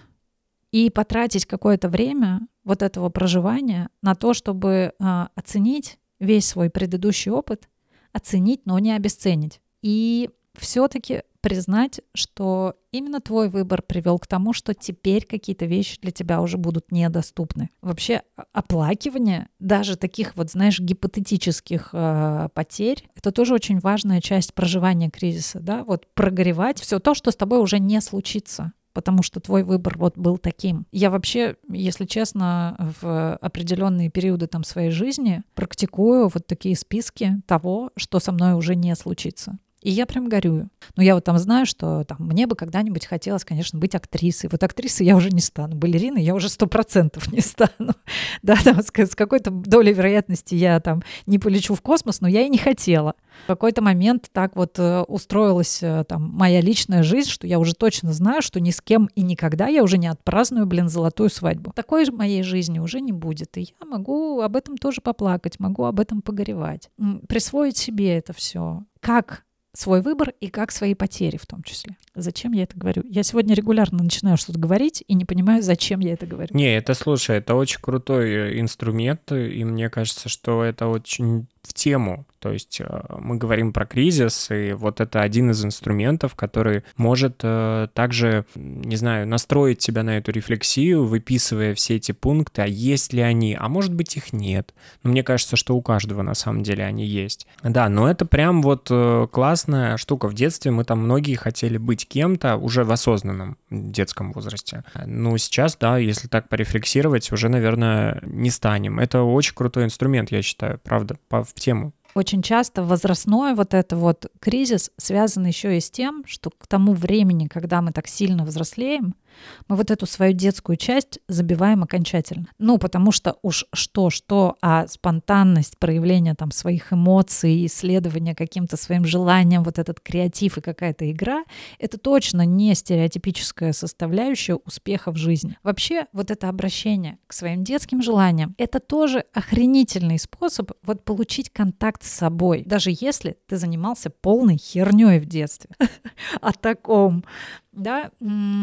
И потратить какое-то время вот этого проживания на то, чтобы э, оценить весь свой предыдущий опыт, оценить, но не обесценить. И все-таки признать, что именно твой выбор привел к тому, что теперь какие-то вещи для тебя уже будут недоступны. Вообще оплакивание даже таких вот, знаешь, гипотетических э, потерь, это тоже очень важная часть проживания кризиса, да, вот прогоревать все то, что с тобой уже не случится, потому что твой выбор вот был таким. Я вообще, если честно, в определенные периоды там своей жизни практикую вот такие списки того, что со мной уже не случится. И я прям горюю. Но я вот там знаю, что там, мне бы когда-нибудь хотелось, конечно, быть актрисой. Вот актрисой я уже не стану. Балериной я уже сто процентов не стану. Да, там, с, с какой-то долей вероятности я там не полечу в космос, но я и не хотела. В какой-то момент так вот э, устроилась э, там моя личная жизнь, что я уже точно знаю, что ни с кем и никогда я уже не отпраздную, блин, золотую свадьбу. Такой же моей жизни уже не будет. И я могу об этом тоже поплакать, могу об этом погоревать. Присвоить себе это все. Как свой выбор и как свои потери в том числе. Зачем я это говорю? Я сегодня регулярно начинаю что-то говорить и не понимаю, зачем я это говорю. Не, это, слушай, это очень крутой инструмент, и мне кажется, что это очень в тему. То есть мы говорим про кризис, и вот это один из инструментов, который может э, также, не знаю, настроить тебя на эту рефлексию, выписывая все эти пункты, а есть ли они, а может быть их нет. Но мне кажется, что у каждого на самом деле они есть. Да, но это прям вот э, классная штука. В детстве мы там многие хотели быть кем-то уже в осознанном детском возрасте. Но сейчас, да, если так порефлексировать, уже, наверное, не станем. Это очень крутой инструмент, я считаю, правда, по, в тему. Очень часто возрастной вот это вот кризис связан еще и с тем, что к тому времени, когда мы так сильно взрослеем, мы вот эту свою детскую часть забиваем окончательно. Ну, потому что уж что-что, а спонтанность проявления там своих эмоций, исследования каким-то своим желанием, вот этот креатив и какая-то игра, это точно не стереотипическая составляющая успеха в жизни. Вообще, вот это обращение к своим детским желаниям, это тоже охренительный способ вот получить контакт с собой, даже если ты занимался полной херней в детстве. О таком. Да,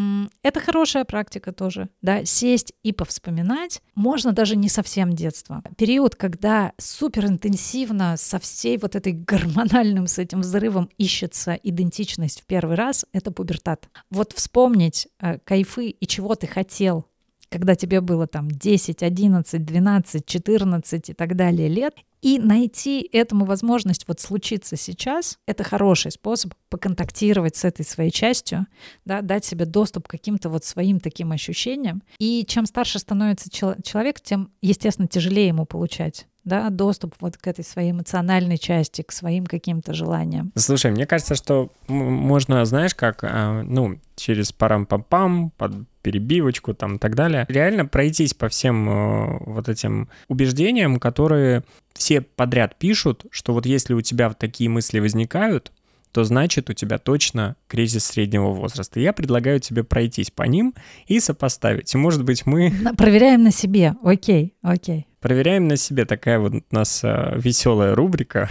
это хорошая практика тоже, да, сесть и повспоминать. Можно даже не совсем детство. Период, когда суперинтенсивно со всей вот этой гормональным с этим взрывом ищется идентичность в первый раз, это пубертат. Вот вспомнить э, кайфы и чего ты хотел когда тебе было там десять, одиннадцать, двенадцать, четырнадцать и так далее лет, и найти этому возможность вот случиться сейчас, это хороший способ поконтактировать с этой своей частью, да, дать себе доступ к каким-то вот своим таким ощущениям. И чем старше становится чел- человек, тем, естественно, тяжелее ему получать, да, доступ вот к этой своей эмоциональной части, к своим каким-то желаниям. Слушай, мне кажется, что м- можно, знаешь, как, а, ну, через парам-пам-пам, под перебивочку там и так далее, реально пройтись по всем э, вот этим убеждениям, которые все подряд пишут, что вот если у тебя вот такие мысли возникают, то значит у тебя точно кризис среднего возраста. Я предлагаю тебе пройтись по ним и сопоставить. И, может быть, мы... Проверяем на себе. Окей, окей. Проверяем на себе. Такая вот у нас э, веселая рубрика.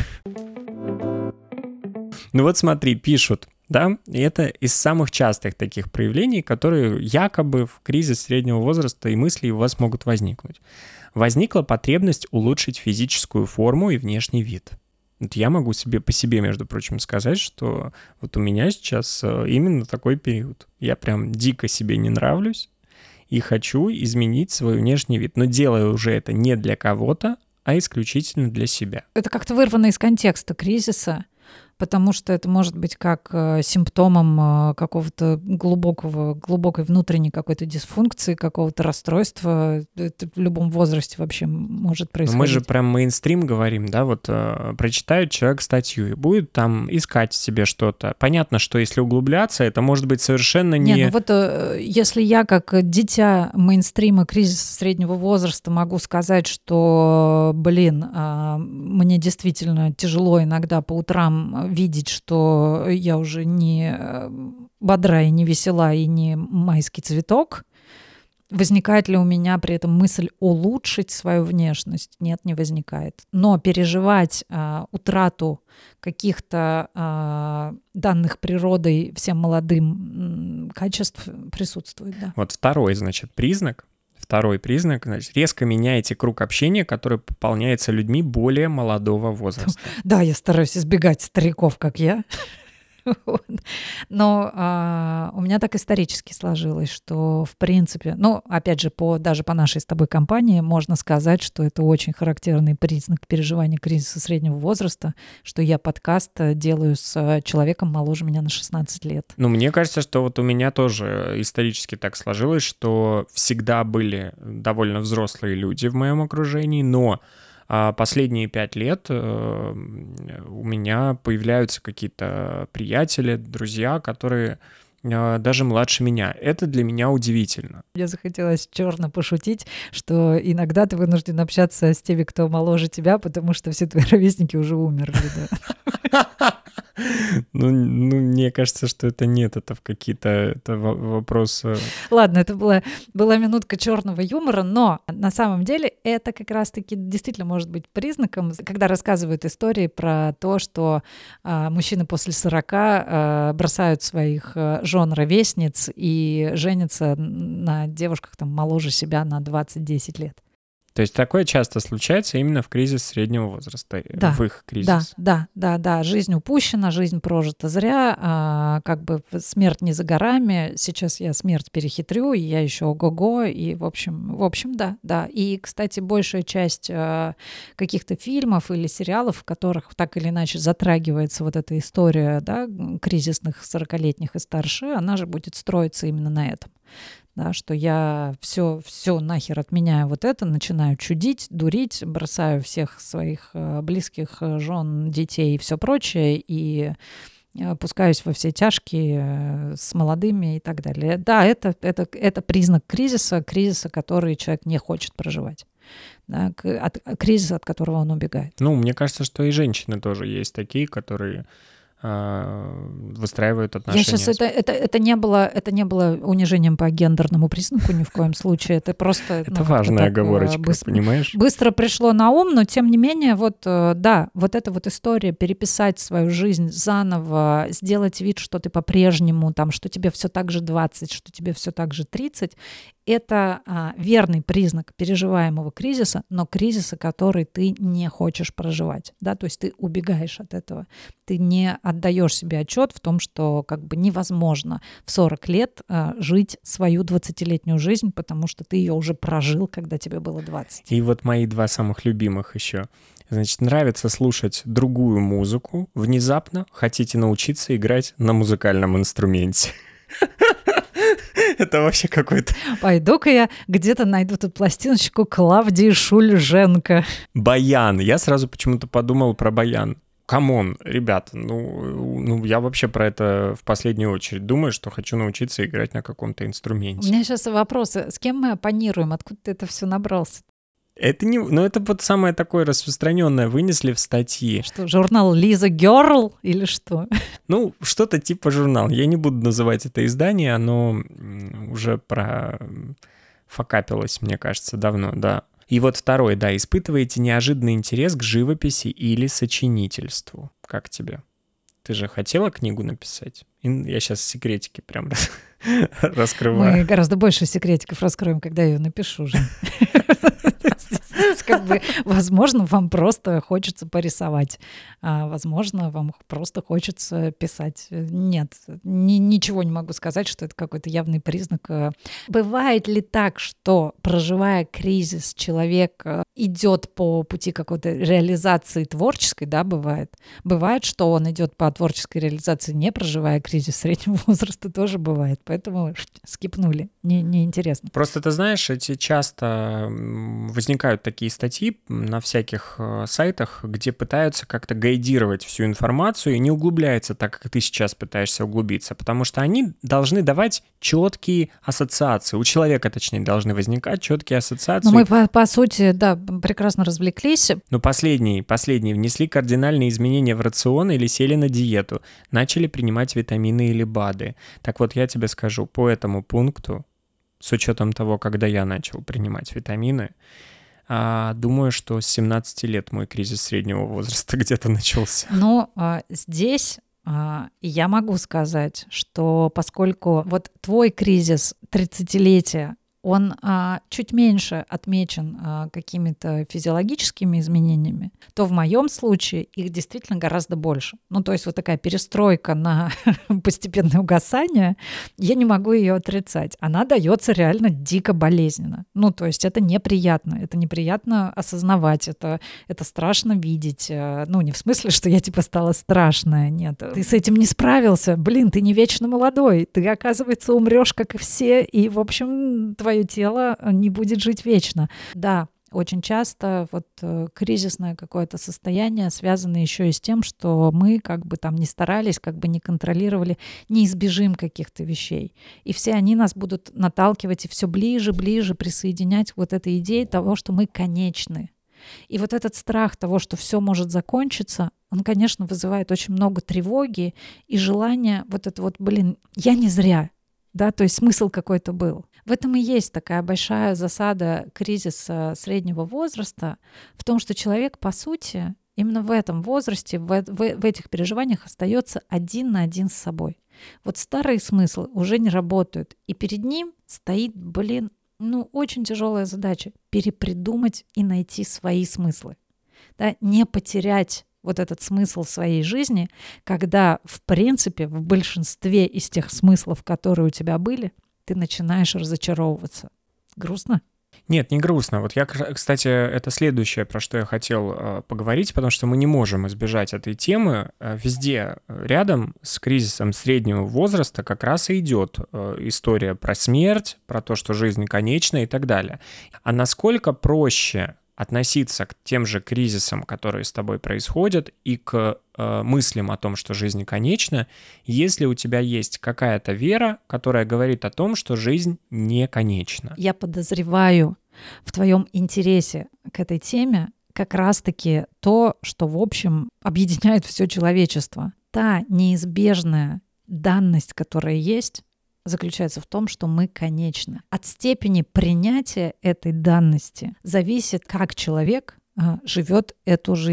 Ну вот смотри, пишут, да, и это из самых частых таких проявлений, которые якобы в кризис среднего возраста и мысли у вас могут возникнуть. Возникла потребность улучшить физическую форму и внешний вид. Вот я могу себе по себе, между прочим, сказать, что вот у меня сейчас именно такой период. Я прям дико себе не нравлюсь и хочу изменить свой внешний вид. Но делаю уже это не для кого-то, а исключительно для себя. Это как-то вырвано из контекста кризиса, потому что это может быть как э, симптомом э, какого-то глубокого, глубокой внутренней какой-то дисфункции, какого-то расстройства. Это в любом возрасте вообще может происходить. Но мы же прям мейнстрим говорим, да, вот э, прочитает человек статью и будет там искать себе что-то. Понятно, что если углубляться, это может быть совершенно не... Не, ну вот э, если я как дитя мейнстрима кризиса среднего возраста могу сказать, что, блин, э, мне действительно тяжело иногда по утрам видеть, что я уже не бодра и не весела и не майский цветок. Возникает ли у меня при этом мысль улучшить свою внешность? Нет, не возникает. Но переживать а, утрату каких-то а, данных природой всем молодым м, качеств присутствует, да. Вот второй, значит, признак. Второй признак, значит, резко меняете круг общения, который пополняется людьми более молодого возраста. Да, я стараюсь избегать стариков, как я. Но а, у меня так исторически сложилось, что в принципе, ну, опять же, по, даже по нашей с тобой компании можно сказать, что это очень характерный признак переживания кризиса среднего возраста, что я подкаст делаю с человеком моложе меня на шестнадцать лет. Ну, мне кажется, что вот у меня тоже исторически так сложилось, что всегда были довольно взрослые люди в моем окружении, но А последние пять лет э, у меня появляются какие-то приятели, друзья, которые э, даже младше меня. Это для меня удивительно. Мне захотелось черно пошутить, что иногда ты вынужден общаться с теми, кто моложе тебя, потому что все твои ровесники уже умерли. Да. Ну, ну, мне кажется, что это нет, это в какие-то это вопросы. Ладно, это была, была минутка черного юмора, но на самом деле это как раз-таки действительно может быть признаком, когда рассказывают истории про то, что а, мужчины после сорока а, бросают своих а, жен-ровесниц и женятся на девушках там моложе себя на двадцать-десять лет. То есть такое часто случается именно в кризис среднего возраста, да, в их кризис. Да, да, да, да. Жизнь упущена, жизнь прожита зря, а, как бы смерть не за горами. Сейчас я смерть перехитрю, и я еще ого-го, и в общем, в общем, да, да. И, кстати, большая часть а, каких-то фильмов или сериалов, в которых так или иначе затрагивается вот эта история, да, кризисных сорокалетних и старше, она же будет строиться именно на этом. Да, что я все, все нахер отменяю вот это, начинаю чудить, дурить, бросаю всех своих близких, жен, детей и все прочее, и пускаюсь во все тяжкие с молодыми и так далее. Да, это, это, это признак кризиса, кризиса, который человек не хочет проживать. Да, от, кризиса, от которого он убегает. Ну, мне кажется, что и женщины тоже есть такие, которые... выстраивают отношения. Я сейчас это, это, это, не было, это не было унижением по гендерному признаку ни в коем случае. Это просто... Это ну, важная так, оговорочка, быстро, понимаешь? Быстро пришло на ум, но тем не менее, вот да, вот эта вот история переписать свою жизнь заново, сделать вид, что ты по-прежнему, там, что тебе все так же двадцать, что тебе все так же тридцать, это а, верный признак переживаемого кризиса, но кризиса, который ты не хочешь проживать, да, то есть ты убегаешь от этого, ты не отдаешь себе отчет в том, что как бы невозможно в сорок лет а, жить свою двадцатилетнюю жизнь, потому что ты ее уже прожил, когда тебе было двадцать. И вот мои два самых любимых еще. Значит, нравится слушать другую музыку, внезапно хотите научиться играть на музыкальном инструменте. Это вообще какой-то... Пойду-ка я где-то найду тут пластиночку Клавдии Шульженко. Баян. Я сразу почему-то подумал про баян. Камон, ребята, ну, ну я вообще про это в последнюю очередь думаю, что хочу научиться играть на каком-то инструменте. У меня сейчас вопрос, с кем мы оппонируем? Откуда ты это все набрался? Это не... Ну, это вот самое такое распространенное вынесли в статьи. Что, журнал Лиза Герл или что? Ну, что-то типа журнал. Я не буду называть это издание, оно уже профокапилось, мне кажется, давно, да. И вот второй, да, испытываете неожиданный интерес к живописи или сочинительству. Как тебе? Ты же хотела книгу написать? Я сейчас секретики прям раскрываю. Мы гораздо больше секретиков раскроем, когда я ее напишу же. Как бы, возможно, вам просто хочется порисовать, а, возможно, вам просто хочется писать. Нет, ни, ничего не могу сказать, что это какой-то явный признак. Бывает ли так, что, проживая кризис, человек идет по пути какой-то реализации творческой, да, бывает? Бывает, что он идет по творческой реализации, не проживая кризис среднего возраста, тоже бывает. Поэтому скипнули, не, неинтересно. Просто ты знаешь, эти часто возникают такие статьи на всяких сайтах, где пытаются как-то гайдировать всю информацию и не углубляется так, как ты сейчас пытаешься углубиться, потому что они должны давать четкие ассоциации. У человека, точнее, должны возникать четкие ассоциации. Ну, мы, по, по сути, да, прекрасно развлеклись. Но последние, последние внесли кардинальные изменения в рацион или сели на диету, начали принимать витамины или БАДы. Так вот, я тебе скажу, по этому пункту, с учетом того, когда я начал принимать витамины, а, думаю, что с семнадцати лет мой кризис среднего возраста где-то начался. Ну, а, здесь а, я могу сказать, что поскольку вот твой кризис тридцатилетия, он а, чуть меньше отмечен а, какими-то физиологическими изменениями, то в моем случае их действительно гораздо больше. Ну, то есть вот такая перестройка на постепенное угасание, я не могу ее отрицать. Она дается реально дико болезненно. Ну, то есть это неприятно. Это неприятно осознавать, это, это страшно видеть. Ну, не в смысле, что я типа стала страшная, нет. Ты с этим не справился, блин, ты не вечно молодой, ты, оказывается, умрешь, как и все, и, в общем, твоя тело не будет жить вечно. Да, очень часто вот э, кризисное какое-то состояние связано еще и с тем, что мы как бы там не старались, как бы не контролировали, не избежим каких-то вещей. И все они нас будут наталкивать и все ближе, ближе присоединять к вот этой идее того, что мы конечны. И вот этот страх того, что все может закончиться, он, конечно, вызывает очень много тревоги и желания вот это вот, блин, я не зря, да, то есть смысл какой-то был. В этом и есть такая большая засада кризиса среднего возраста, в том, что человек, по сути, именно в этом возрасте, в, в, в этих переживаниях остается один на один с собой. Вот старые смыслы уже не работают, и перед ним стоит, блин, ну, очень тяжелая задача — перепридумать и найти свои смыслы. Да, не потерять вот этот смысл своей жизни, когда, в принципе, в большинстве из тех смыслов, которые у тебя были, ты начинаешь разочаровываться. Грустно? Нет, не грустно. Вот я, кстати, это следующее, про что я хотел э, поговорить, потому что мы не можем избежать этой темы. Э, везде рядом с кризисом среднего возраста как раз и идет э, история про смерть, про то, что жизнь конечна и так далее. А насколько проще относиться к тем же кризисам, которые с тобой происходят, и к э, мыслям о том, что жизнь конечна, если у тебя есть какая-то вера, которая говорит о том, что жизнь не конечна. Я подозреваю в твоем интересе к этой теме как раз-таки то, что, в общем, объединяет все человечество. Та неизбежная данность, которая есть, заключается в том, что мы конечны. От степени принятия этой данности зависит, как человек а, живет эту жизнь.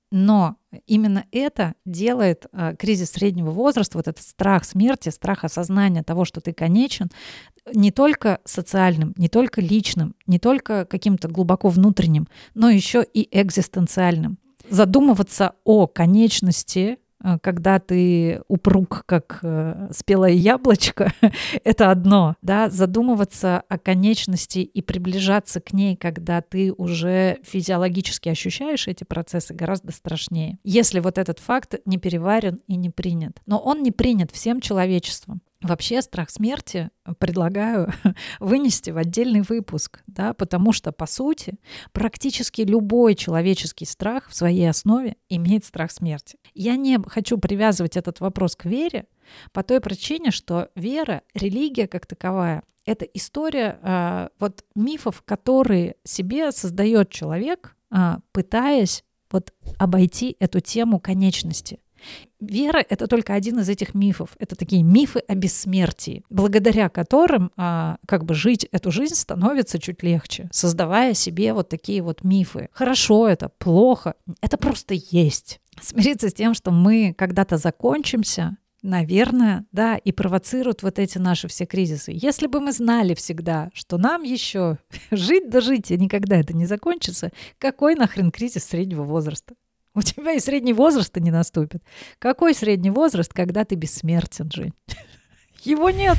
Но именно это делает э, кризис среднего возраста, вот этот страх смерти, страх осознания того, что ты конечен, не только социальным, не только личным, не только каким-то глубоко внутренним, но еще и экзистенциальным. Задумываться о конечности, когда ты упруг, как э, спелое яблочко, это одно, да, задумываться о конечности и приближаться к ней, когда ты уже физиологически ощущаешь эти процессы, гораздо страшнее, если вот этот факт не переварен и не принят. Но он не принят всем человечеством. Вообще страх смерти предлагаю вынести в отдельный выпуск, да, потому что, по сути, практически любой человеческий страх в своей основе имеет страх смерти. Я не хочу привязывать этот вопрос к вере по той причине, что вера, религия как таковая, это история э, вот мифов, которые себе создает человек, э, пытаясь вот обойти эту тему конечности. Вера — это только один из этих мифов. Это такие мифы о бессмертии, благодаря которым а, как бы жить эту жизнь становится чуть легче, создавая себе вот такие вот мифы. Хорошо это, плохо, это просто есть. Смириться с тем, что мы когда-то закончимся, наверное, да, и провоцируют вот эти наши все кризисы. Если бы мы знали всегда, что нам еще жить до жить, и никогда это не закончится, какой нахрен кризис среднего возраста? У тебя и средний возраст не наступит. Какой средний возраст, когда ты бессмертен, Жень? Его нет.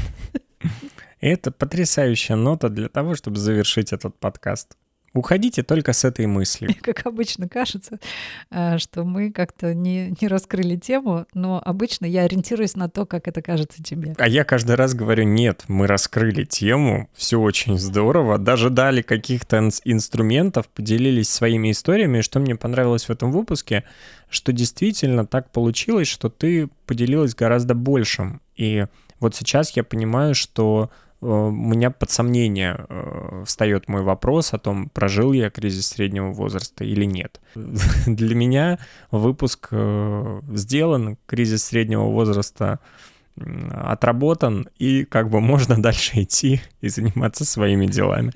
Это потрясающая нота для того, чтобы завершить этот подкаст. Уходите только с этой мыслью. Мне, как обычно, кажется, что мы как-то не, не раскрыли тему, но обычно я ориентируюсь на то, как это кажется тебе. А я каждый раз говорю, нет, мы раскрыли тему, все очень здорово, даже дали каких-то инструментов, поделились своими историями. Что мне понравилось в этом выпуске, что действительно так получилось, что ты поделилась гораздо большим. И вот сейчас я понимаю, что у меня под сомнение э, встает мой вопрос о том, прожил я кризис среднего возраста или нет. Для меня выпуск э, сделан, кризис среднего возраста э, отработан, и как бы можно дальше идти и заниматься своими делами.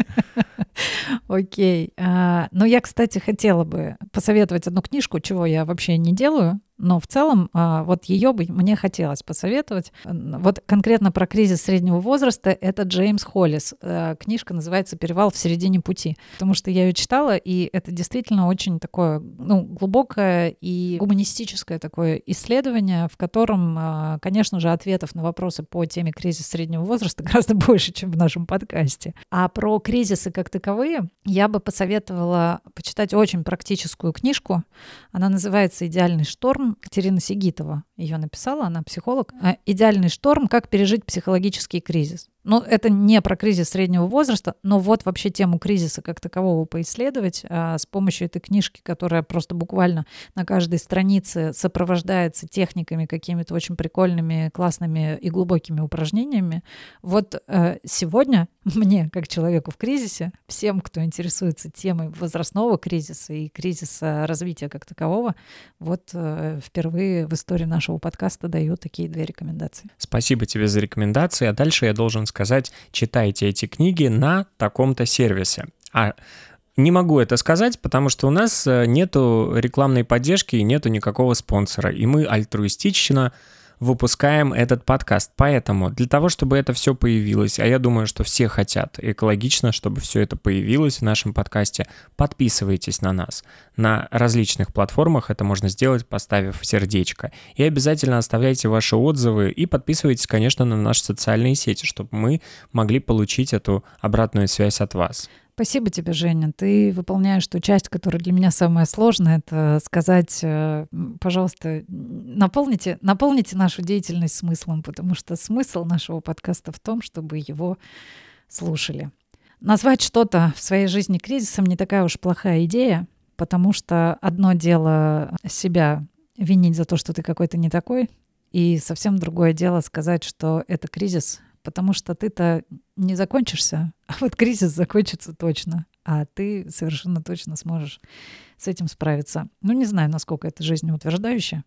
Окей. Но я, кстати, хотела бы посоветовать одну книжку, чего я вообще не делаю. Но в целом вот ее бы мне хотелось посоветовать. Вот конкретно про кризис среднего возраста это Джеймс Холлис. Книжка называется «Перевал в середине пути». Потому что я ее читала, и это действительно очень такое ну, глубокое и гуманистическое такое исследование, в котором, конечно же, ответов на вопросы по теме кризиса среднего возраста гораздо больше, чем в нашем подкасте. А про кризисы как таковые я бы посоветовала почитать очень практическую книжку. Она называется «Идеальный шторм». Катерина Сигитова ее написала, она психолог. «Идеальный шторм. Как пережить психологический кризис». Ну, это не про кризис среднего возраста, но вот вообще тему кризиса как такового поисследовать а, с помощью этой книжки, которая просто буквально на каждой странице сопровождается техниками какими-то очень прикольными, классными и глубокими упражнениями. Вот а, сегодня мне, как человеку в кризисе, всем, кто интересуется темой возрастного кризиса и кризиса развития как такового, вот а, впервые в истории нашего подкаста даю такие две рекомендации. Спасибо тебе за рекомендации, а дальше я должен сказать, читайте эти книги на таком-то сервисе. А не могу это сказать, потому что у нас нету рекламной поддержки и нету никакого спонсора, и мы альтруистично выпускаем этот подкаст. Поэтому для того, чтобы это все появилось, а я думаю, что все хотят экологично, чтобы все это появилось в нашем подкасте, подписывайтесь на нас. На различных платформах это можно сделать, поставив сердечко. И обязательно оставляйте ваши отзывы и подписывайтесь, конечно, на наши социальные сети, чтобы мы могли получить эту обратную связь от вас. Спасибо тебе, Женя. Ты выполняешь ту часть, которая для меня самая сложная. Это сказать, пожалуйста, наполните, наполните нашу деятельность смыслом, потому что смысл нашего подкаста в том, чтобы его слушали. Назвать что-то в своей жизни кризисом не такая уж плохая идея, потому что одно дело себя винить за то, что ты какой-то не такой, и совсем другое дело сказать, что это кризис, потому что ты-то не закончишься, а вот кризис закончится точно, а ты совершенно точно сможешь с этим справиться. Ну, не знаю, насколько это жизнеутверждающе,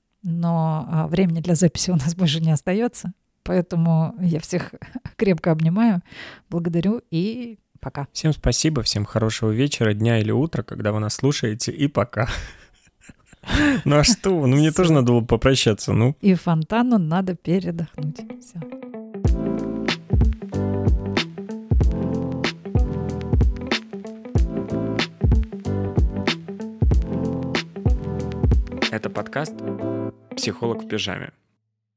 но времени для записи у нас больше не остается, поэтому я всех крепко обнимаю, благодарю и пока. Всем спасибо, всем хорошего вечера, дня или утра, когда вы нас слушаете, и пока. Ну а что? Ну мне тоже надо было попрощаться, ну. И фонтану надо передохнуть. Все. Это подкаст «Психолог в пижаме».